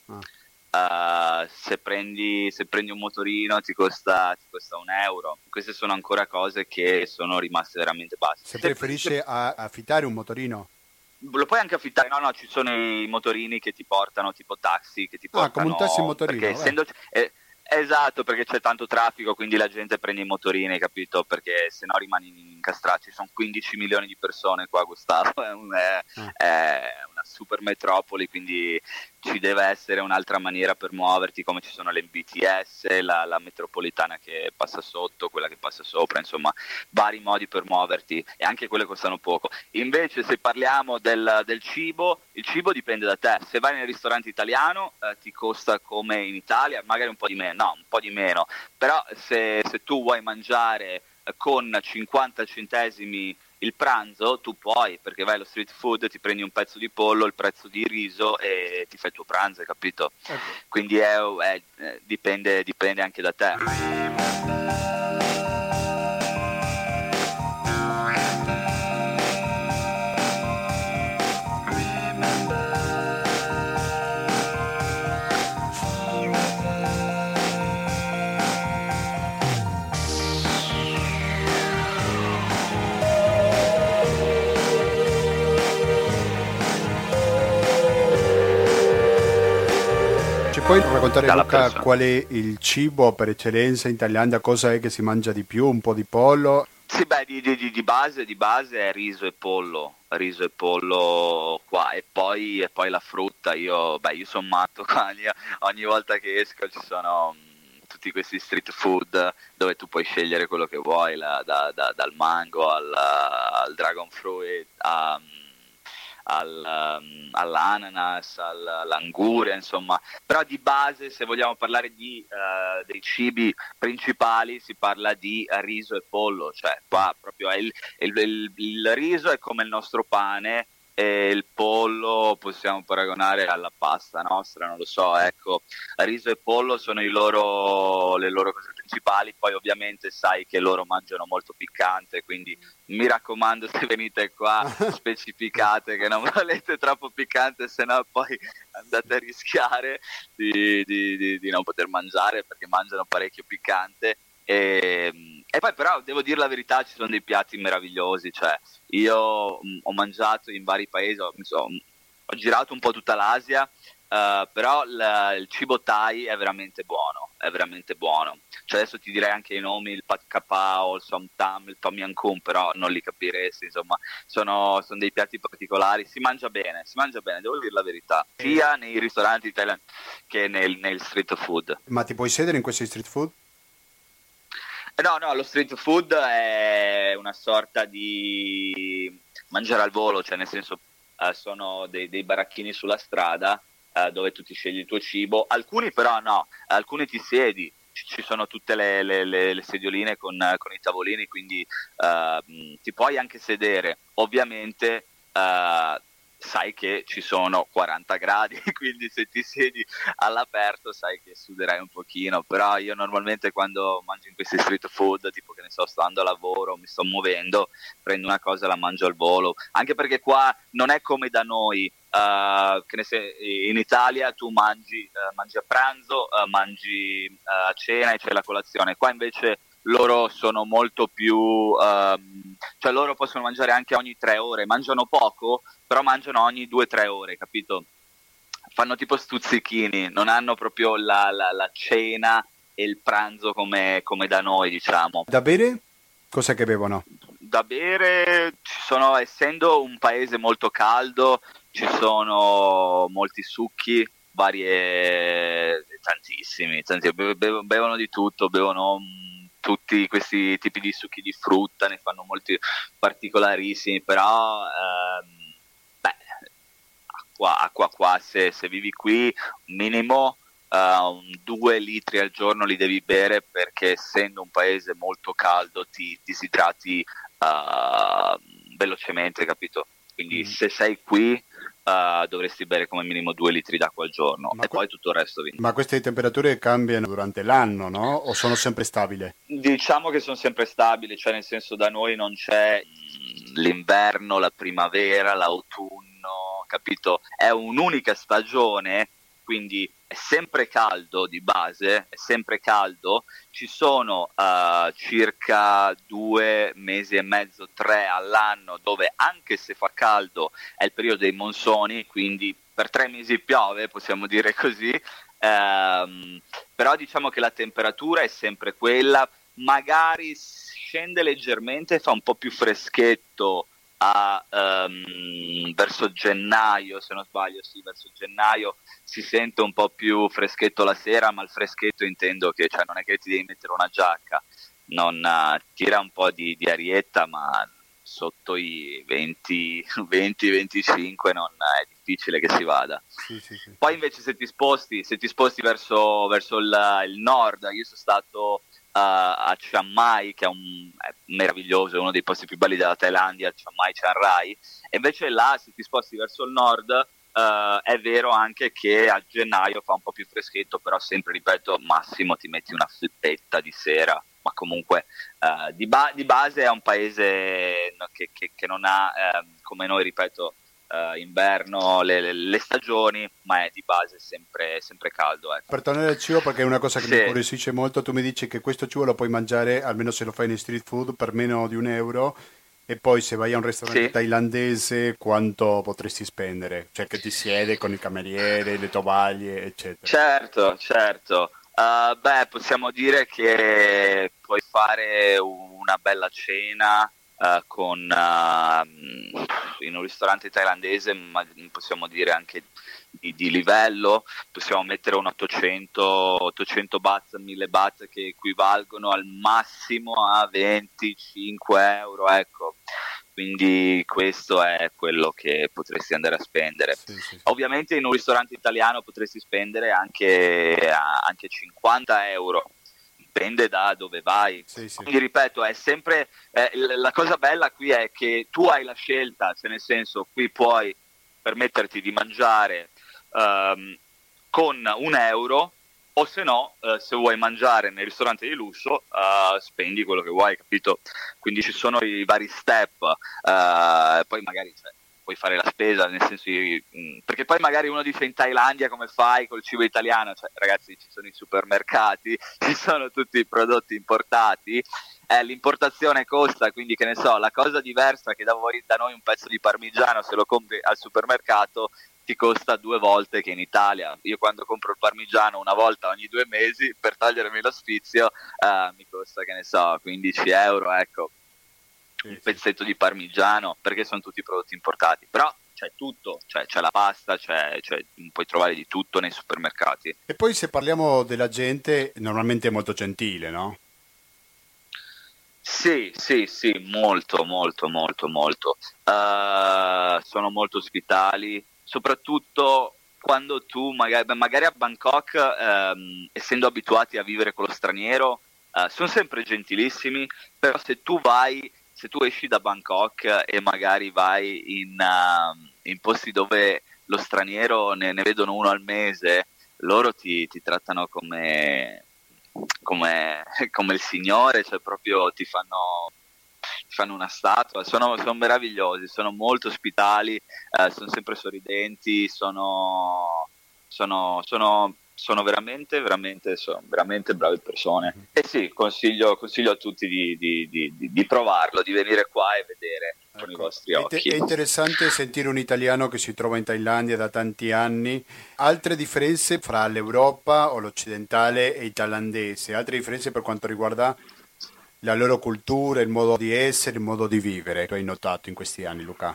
Se prendi un motorino ti costa 1 euro. Queste sono ancora cose che sono rimaste veramente basse. Se preferisce affittare un motorino? Lo puoi anche affittare, no, ci sono i motorini che ti portano, tipo taxi, che ti portano... come un taxi motorino, perché essendo... esatto, perché c'è tanto traffico, quindi la gente prende i motorini, capito? Perché se no rimani incastrato. Ci sono 15 milioni di persone qua, Gustavo, è una super metropoli, quindi ci deve essere un'altra maniera per muoverti, come ci sono le BTS, la metropolitana che passa sotto, quella che passa sopra, insomma, vari modi per muoverti, e anche quelle costano poco. Invece se parliamo del cibo, il cibo dipende da te. Se vai nel ristorante italiano ti costa come in Italia, magari un po' di meno, però se tu vuoi mangiare con 50 centesimi il pranzo, tu puoi, perché vai allo street food, ti prendi un pezzo di pollo, il prezzo di riso e ti fai il tuo pranzo, hai capito? Quindi dipende anche da te. Puoi raccontare, Luca, qual è il cibo per eccellenza in Thailandia? Cosa è che si mangia di più? Un po' di pollo? Sì, beh, di base è riso e pollo qua, e poi la frutta. Io sono matto qua, ogni volta che esco ci sono tutti questi street food dove tu puoi scegliere quello che vuoi, dal mango al dragon fruit, all'ananas, all'anguria, insomma. Però di base, se vogliamo parlare dei cibi principali, si parla di riso e pollo, cioè qua proprio il riso è come il nostro pane, e il pollo possiamo paragonare alla pasta nostra, non lo so, ecco. Riso e pollo sono le loro cose principali. Poi ovviamente sai che loro mangiano molto piccante, quindi mi raccomando, se venite qua specificate che non volete troppo piccante, se no poi andate a rischiare di non poter mangiare, perché mangiano parecchio piccante. E poi però devo dire la verità, ci sono dei piatti meravigliosi, cioè io ho mangiato in vari paesi, ho girato un po' tutta l'Asia, però il cibo Thai è veramente buono, Cioè adesso ti direi anche i nomi, il Pad Kapao, il Som Tam, il Tom Yam Goong, però non li capiresti, insomma, sono dei piatti particolari. Si mangia bene, devo dire la verità, sia nei ristoranti thailandesi che nel street food. Ma ti puoi sedere in questi street food? No, lo street food è una sorta di mangiare al volo, cioè nel senso sono dei baracchini sulla strada dove tu ti scegli il tuo cibo. Alcuni però no, alcuni ti siedi, ci sono tutte le sedioline con i tavolini, quindi ti puoi anche sedere. Ovviamente sai che ci sono 40 gradi, quindi se ti siedi all'aperto sai che suderai un pochino, però io normalmente quando mangio in questi street food, tipo che ne so, sto andando a lavoro, mi sto muovendo, prendo una cosa e la mangio al volo, anche perché qua non è come da noi, in Italia tu mangi a pranzo, mangi a cena e c'è la colazione, qua invece loro sono molto più, cioè loro possono mangiare anche ogni 3 ore, mangiano poco, però mangiano ogni 2-3 ore, capito? Fanno tipo stuzzichini, non hanno proprio la cena e il pranzo come da noi, diciamo. Da bere? Cosa che bevono? Da bere essendo un paese molto caldo, ci sono molti succhi, tantissimi, bevono di tutto, bevono tutti questi tipi di succhi di frutta, ne fanno molti particolarissimi, però acqua qua, se vivi qui, minimo 2 litri al giorno li devi bere, perché essendo un paese molto caldo ti disidrati velocemente, capito? Quindi se sei qui dovresti bere come minimo 2 litri d'acqua al giorno poi tutto il resto vince. Ma queste temperature cambiano durante l'anno, no? O sono sempre stabili? Diciamo che sono sempre stabili, cioè nel senso da noi non c'è l'inverno, la primavera, l'autunno, capito? È un'unica stagione, quindi è sempre caldo di base, è sempre caldo, ci sono circa 2 mesi e mezzo, 3 all'anno, dove anche se fa caldo è il periodo dei monsoni, quindi per 3 mesi piove, possiamo dire così, però diciamo che la temperatura è sempre quella, magari scende leggermente, fa un po' più freschetto verso gennaio, se non sbaglio, sì, verso gennaio si sente un po' più freschetto la sera, ma il freschetto intendo che non è che ti devi mettere una giacca, non tira un po' di arietta, ma sotto i 20-25 non è difficile che si vada. Sì. Poi invece se ti sposti verso il nord, io sono stato a Chiang Mai, che è meraviglioso, è uno dei posti più belli della Thailandia, Chiang Mai, Chiang Rai, e invece là se ti sposti verso il nord è vero anche che a gennaio fa un po' più freschetto, però sempre, ripeto, massimo ti metti una flippetta di sera, ma comunque di base è un paese che non ha come noi, ripeto, inverno, le stagioni, ma è di base sempre caldo. Ecco. Per tornare al cibo, perché è una cosa che mi incuriosisce molto, tu mi dici che questo cibo lo puoi mangiare, almeno se lo fai in street food, per meno di €1, e poi se vai a un ristorante thailandese quanto potresti spendere? Cioè che ti siede con il cameriere, le tovaglie, eccetera. Certo. Possiamo dire che puoi fare una bella cena in un ristorante thailandese, ma possiamo dire anche di livello, possiamo mettere un 800 baht, 1000 baht, che equivalgono al massimo a 25 euro, ecco. Quindi questo è quello che potresti andare a spendere. Sì. Ovviamente in un ristorante italiano potresti spendere anche 50 euro, dipende da dove vai. Sì. Quindi ripeto, è sempre la cosa bella qui è che tu hai la scelta, cioè nel senso qui puoi permetterti di mangiare con €1, o se no se vuoi mangiare nel ristorante di lusso spendi quello che vuoi, capito? Quindi ci sono i vari step, poi magari puoi fare la spesa, nel senso perché poi magari uno dice in Thailandia come fai col cibo italiano, cioè ragazzi ci sono i supermercati, ci sono tutti i prodotti importati, l'importazione costa, quindi che ne so, la cosa diversa che da noi un pezzo di parmigiano se lo compri al supermercato ti costa 2 volte che in Italia. Io quando compro il parmigiano una volta ogni 2 mesi per togliermi lo sfizio mi costa, che ne so, 15 euro, ecco, un pezzetto di parmigiano, perché sono tutti prodotti importati, però c'è tutto, c'è la pasta, puoi trovare di tutto nei supermercati. E poi se parliamo della gente, normalmente è molto gentile, no? Sì, sì, sì, molto, molto, molto, molto. Sono molto ospitali, soprattutto quando tu magari a Bangkok, essendo abituati a vivere con lo straniero, sono sempre gentilissimi, però se tu esci da Bangkok e magari vai in posti dove lo straniero ne vedono uno al mese, loro ti trattano come il signore, cioè proprio ti fanno una statua, sono meravigliosi, sono molto ospitali, sono sempre sorridenti, sono veramente, veramente, sono veramente brave persone. E sì, consiglio a tutti di provarlo, di venire qua e vedere con i Ecco, vostri occhi. è interessante sentire un italiano che si trova in Thailandia da tanti anni. Altre differenze fra l'Europa o l'occidentale e il thailandese, altre differenze per quanto riguarda la loro cultura, il modo di essere, il modo di vivere, tu hai notato in questi anni, Luca?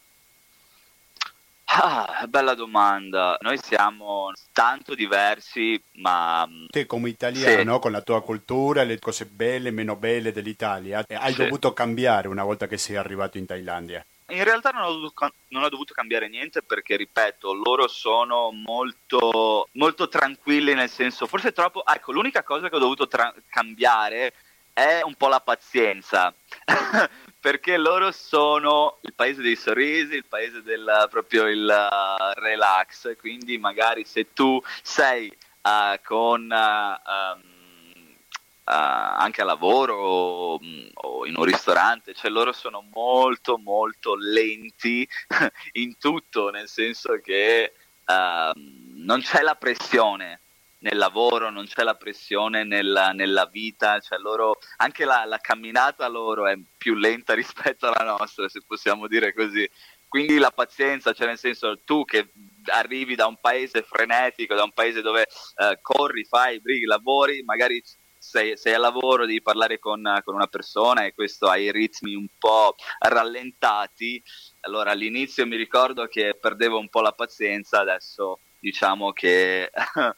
Bella domanda. Noi siamo tanto diversi, ma Te come sì, italiano, con la tua cultura, le cose belle e meno belle dell'Italia, hai sì. dovuto cambiare una volta che sei arrivato in Thailandia. In realtà non ho dovuto cambiare niente perché, ripeto, loro sono molto, molto tranquilli, nel senso, forse troppo. Ecco, l'unica cosa che ho dovuto cambiare è un po' la pazienza, perché loro sono il paese dei sorrisi, il paese del proprio il relax, quindi magari se tu sei con anche a lavoro o in un ristorante, cioè loro sono molto molto lenti in tutto, nel senso che non c'è la pressione nel lavoro, non c'è la pressione nella vita, cioè loro, anche la camminata loro è più lenta rispetto alla nostra, se possiamo dire così. Quindi la pazienza, cioè nel senso tu che arrivi da un paese frenetico, da un paese dove corri, fai, brighi, lavori, magari sei al lavoro, devi parlare con una persona e questo ha i ritmi un po' rallentati. Allora all'inizio mi ricordo che perdevo un po' la pazienza, adesso diciamo che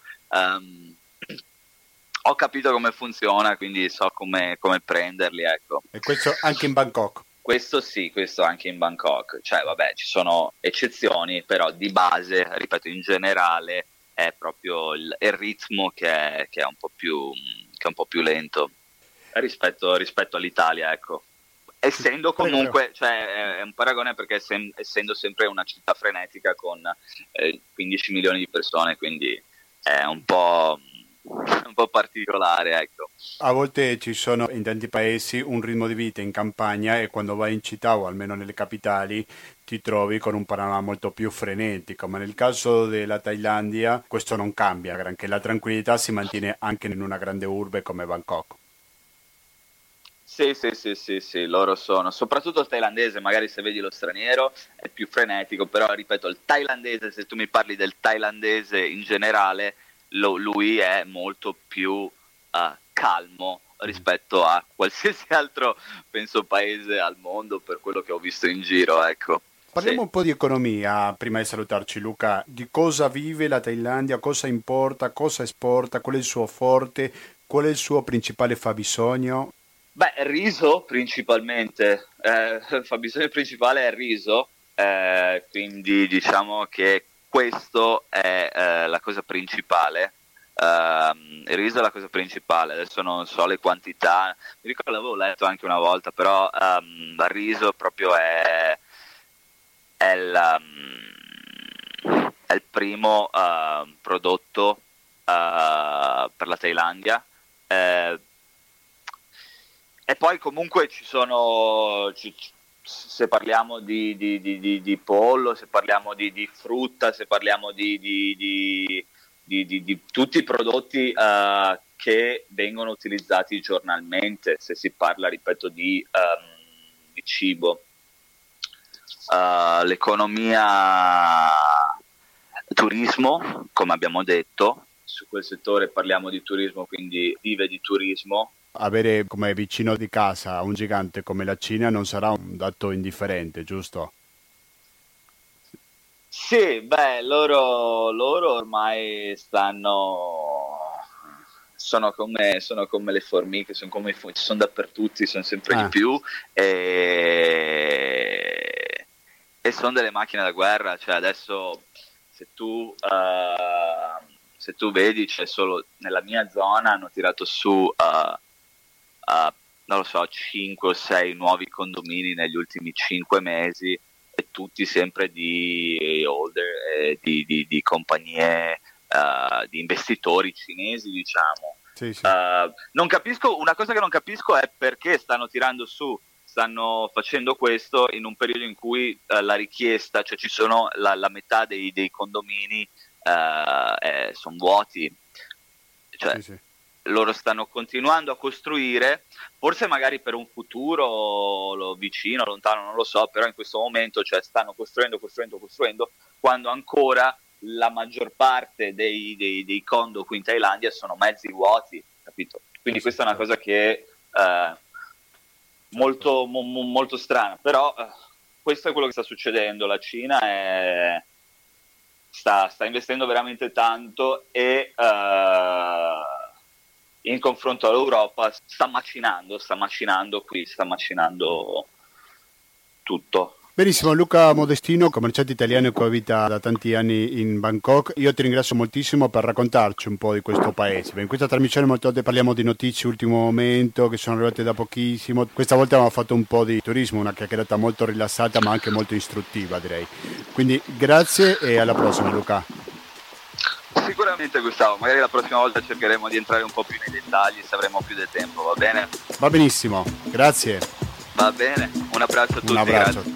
ho capito come funziona, quindi so come prenderli, ecco. E questo anche in Bangkok. Questo sì, questo anche in Bangkok, cioè vabbè ci sono eccezioni, però di base, ripeto, in generale è proprio il ritmo che è un po' che è un po' più lento rispetto all'Italia, ecco. Essendo Prego, prego. comunque, cioè è un paragone perché essendo sempre una città frenetica con 15 milioni di persone, quindi è un po' particolare, ecco. A volte ci sono in tanti paesi un ritmo di vita in campagna e quando vai in città o almeno nelle capitali ti trovi con un panorama molto più frenetico, ma nel caso della Thailandia questo non cambia, granché la tranquillità si mantiene anche in una grande urbe come Bangkok. Sì, sì, sì, sì, sì, loro sono, soprattutto il thailandese, magari se vedi lo straniero è più frenetico, però ripeto, il thailandese, se tu mi parli del thailandese in generale, lui è molto più calmo rispetto a qualsiasi altro, penso, paese al mondo per quello che ho visto in giro, ecco. Parliamo Sì. un po' di economia prima di salutarci, Luca. Di cosa vive la Thailandia, cosa importa, cosa esporta, qual è il suo forte, qual è il suo principale fabbisogno? Beh, riso principalmente, il fabbisogno principale è il riso, quindi diciamo che questo è la cosa principale. Il riso è la cosa principale, adesso non so le quantità, mi ricordo l'avevo letto anche una volta, però il riso proprio è il primo prodotto per la Thailandia. Eh, e poi comunque se parliamo di pollo, se parliamo di frutta, se parliamo di tutti i prodotti che vengono utilizzati giornalmente, se si parla, ripeto, di cibo. L'economia, turismo, come abbiamo detto, su quel settore parliamo di turismo, quindi vive di turismo. Avere come vicino di casa un gigante come la Cina non sarà un dato indifferente, giusto? Sì, beh, loro ormai sono come le formiche, sono dappertutto, sono sempre di più, e sono delle macchine da guerra. Cioè adesso se tu vedi, c'è solo nella mia zona hanno tirato su non lo so, 5 o 6 nuovi condomini negli ultimi 5 mesi, e tutti sempre di compagnie, di investitori cinesi, diciamo. Sì. Non capisco, una cosa che non capisco è perché stanno facendo questo in un periodo in cui la richiesta, cioè ci sono la metà dei condomini sono vuoti, cioè Sì. loro stanno continuando a costruire, forse magari per un futuro vicino, lontano, non lo so, però in questo momento, cioè, stanno costruendo, quando ancora la maggior parte dei condo qui in Thailandia sono mezzi vuoti, capito? Quindi questa è una cosa che molto, molto strana, però questo è quello che sta succedendo. La Cina sta investendo veramente tanto, e in confronto all'Europa sta macinando tutto. Benissimo, Luca Modestino, commerciante italiano che abita da tanti anni in Bangkok. Io ti ringrazio moltissimo per raccontarci un po' di questo paese. In questa trasmissione molte volte parliamo di notizie ultimo momento che sono arrivate da pochissimo. Questa volta abbiamo fatto un po' di turismo, una chiacchierata molto rilassata ma anche molto istruttiva, direi. Quindi grazie e alla prossima, Luca. Sicuramente, Gustavo, magari la prossima volta cercheremo di entrare un po' più nei dettagli se avremo più del tempo, va bene? Va benissimo, grazie. Va bene, un abbraccio a tutti. Un abbraccio. Grazie.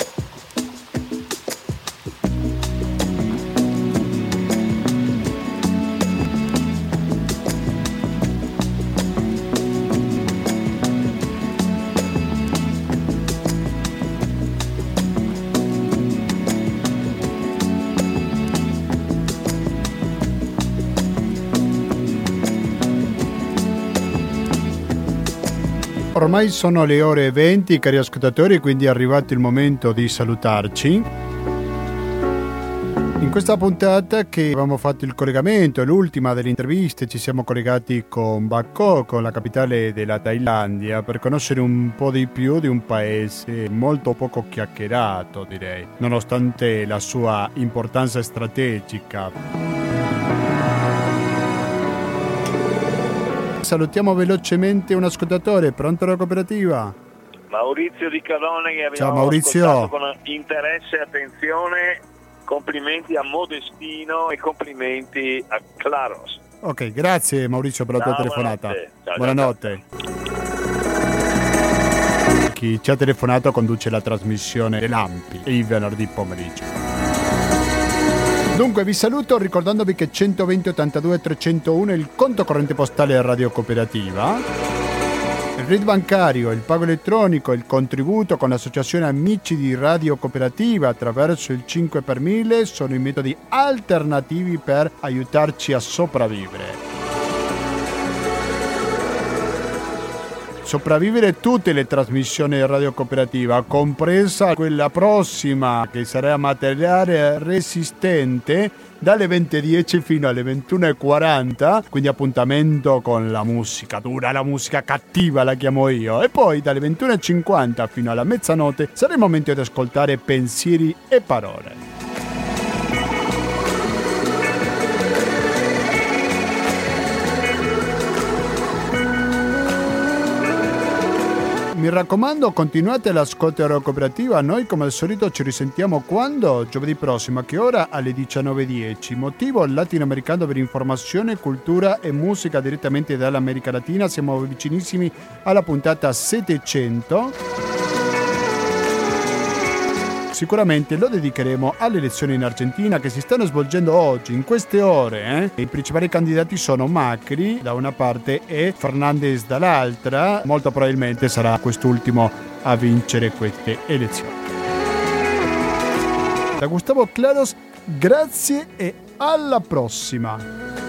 Ormai sono le ore 20, cari ascoltatori, quindi è arrivato il momento di salutarci. In questa puntata che abbiamo fatto il collegamento, l'ultima delle interviste, ci siamo collegati con Bangkok, con la capitale della Thailandia, per conoscere un po' di più di un paese molto poco chiacchierato, direi, nonostante la sua importanza strategica. Salutiamo velocemente un ascoltatore, pronto alla cooperativa? Maurizio di Calone, che Ciao, abbiamo Maurizio. ascoltato con interesse e attenzione. Complimenti a Modestino e complimenti a Claros. Ok, grazie Maurizio per la tua telefonata. Buonanotte. Chi ci ha telefonato conduce la trasmissione dell'Ampi il venerdì pomeriggio. Dunque vi saluto ricordandovi che 120 82 301 è il conto corrente postale Radio Cooperativa, il RID bancario, il pago elettronico, il contributo con l'associazione Amici di Radio Cooperativa attraverso il 5 per 1000 sono i metodi alternativi per aiutarci a sopravvivere. Sopravvivere tutte le trasmissioni di Radio Cooperativa, compresa quella prossima che sarà materiale resistente dalle 20:10 fino alle 21:40, quindi appuntamento con la musica dura, la musica cattiva la chiamo io, e poi dalle 21:50 fino alla mezzanotte sarà il momento di ascoltare pensieri e parole. Mi raccomando, continuate l'ascolto della cooperativa. Noi come al solito ci risentiamo quando? Giovedì prossimo, a che ora? Alle 19:10. Motivo latinoamericano per informazione, cultura e musica direttamente dall'America Latina. Siamo vicinissimi alla puntata 700. Sicuramente lo dedicheremo alle elezioni in Argentina che si stanno svolgendo oggi, in queste ore. I principali candidati sono Macri da una parte e Fernandez dall'altra. Molto probabilmente sarà quest'ultimo a vincere queste elezioni. Da Gustavo Claros, grazie e alla prossima!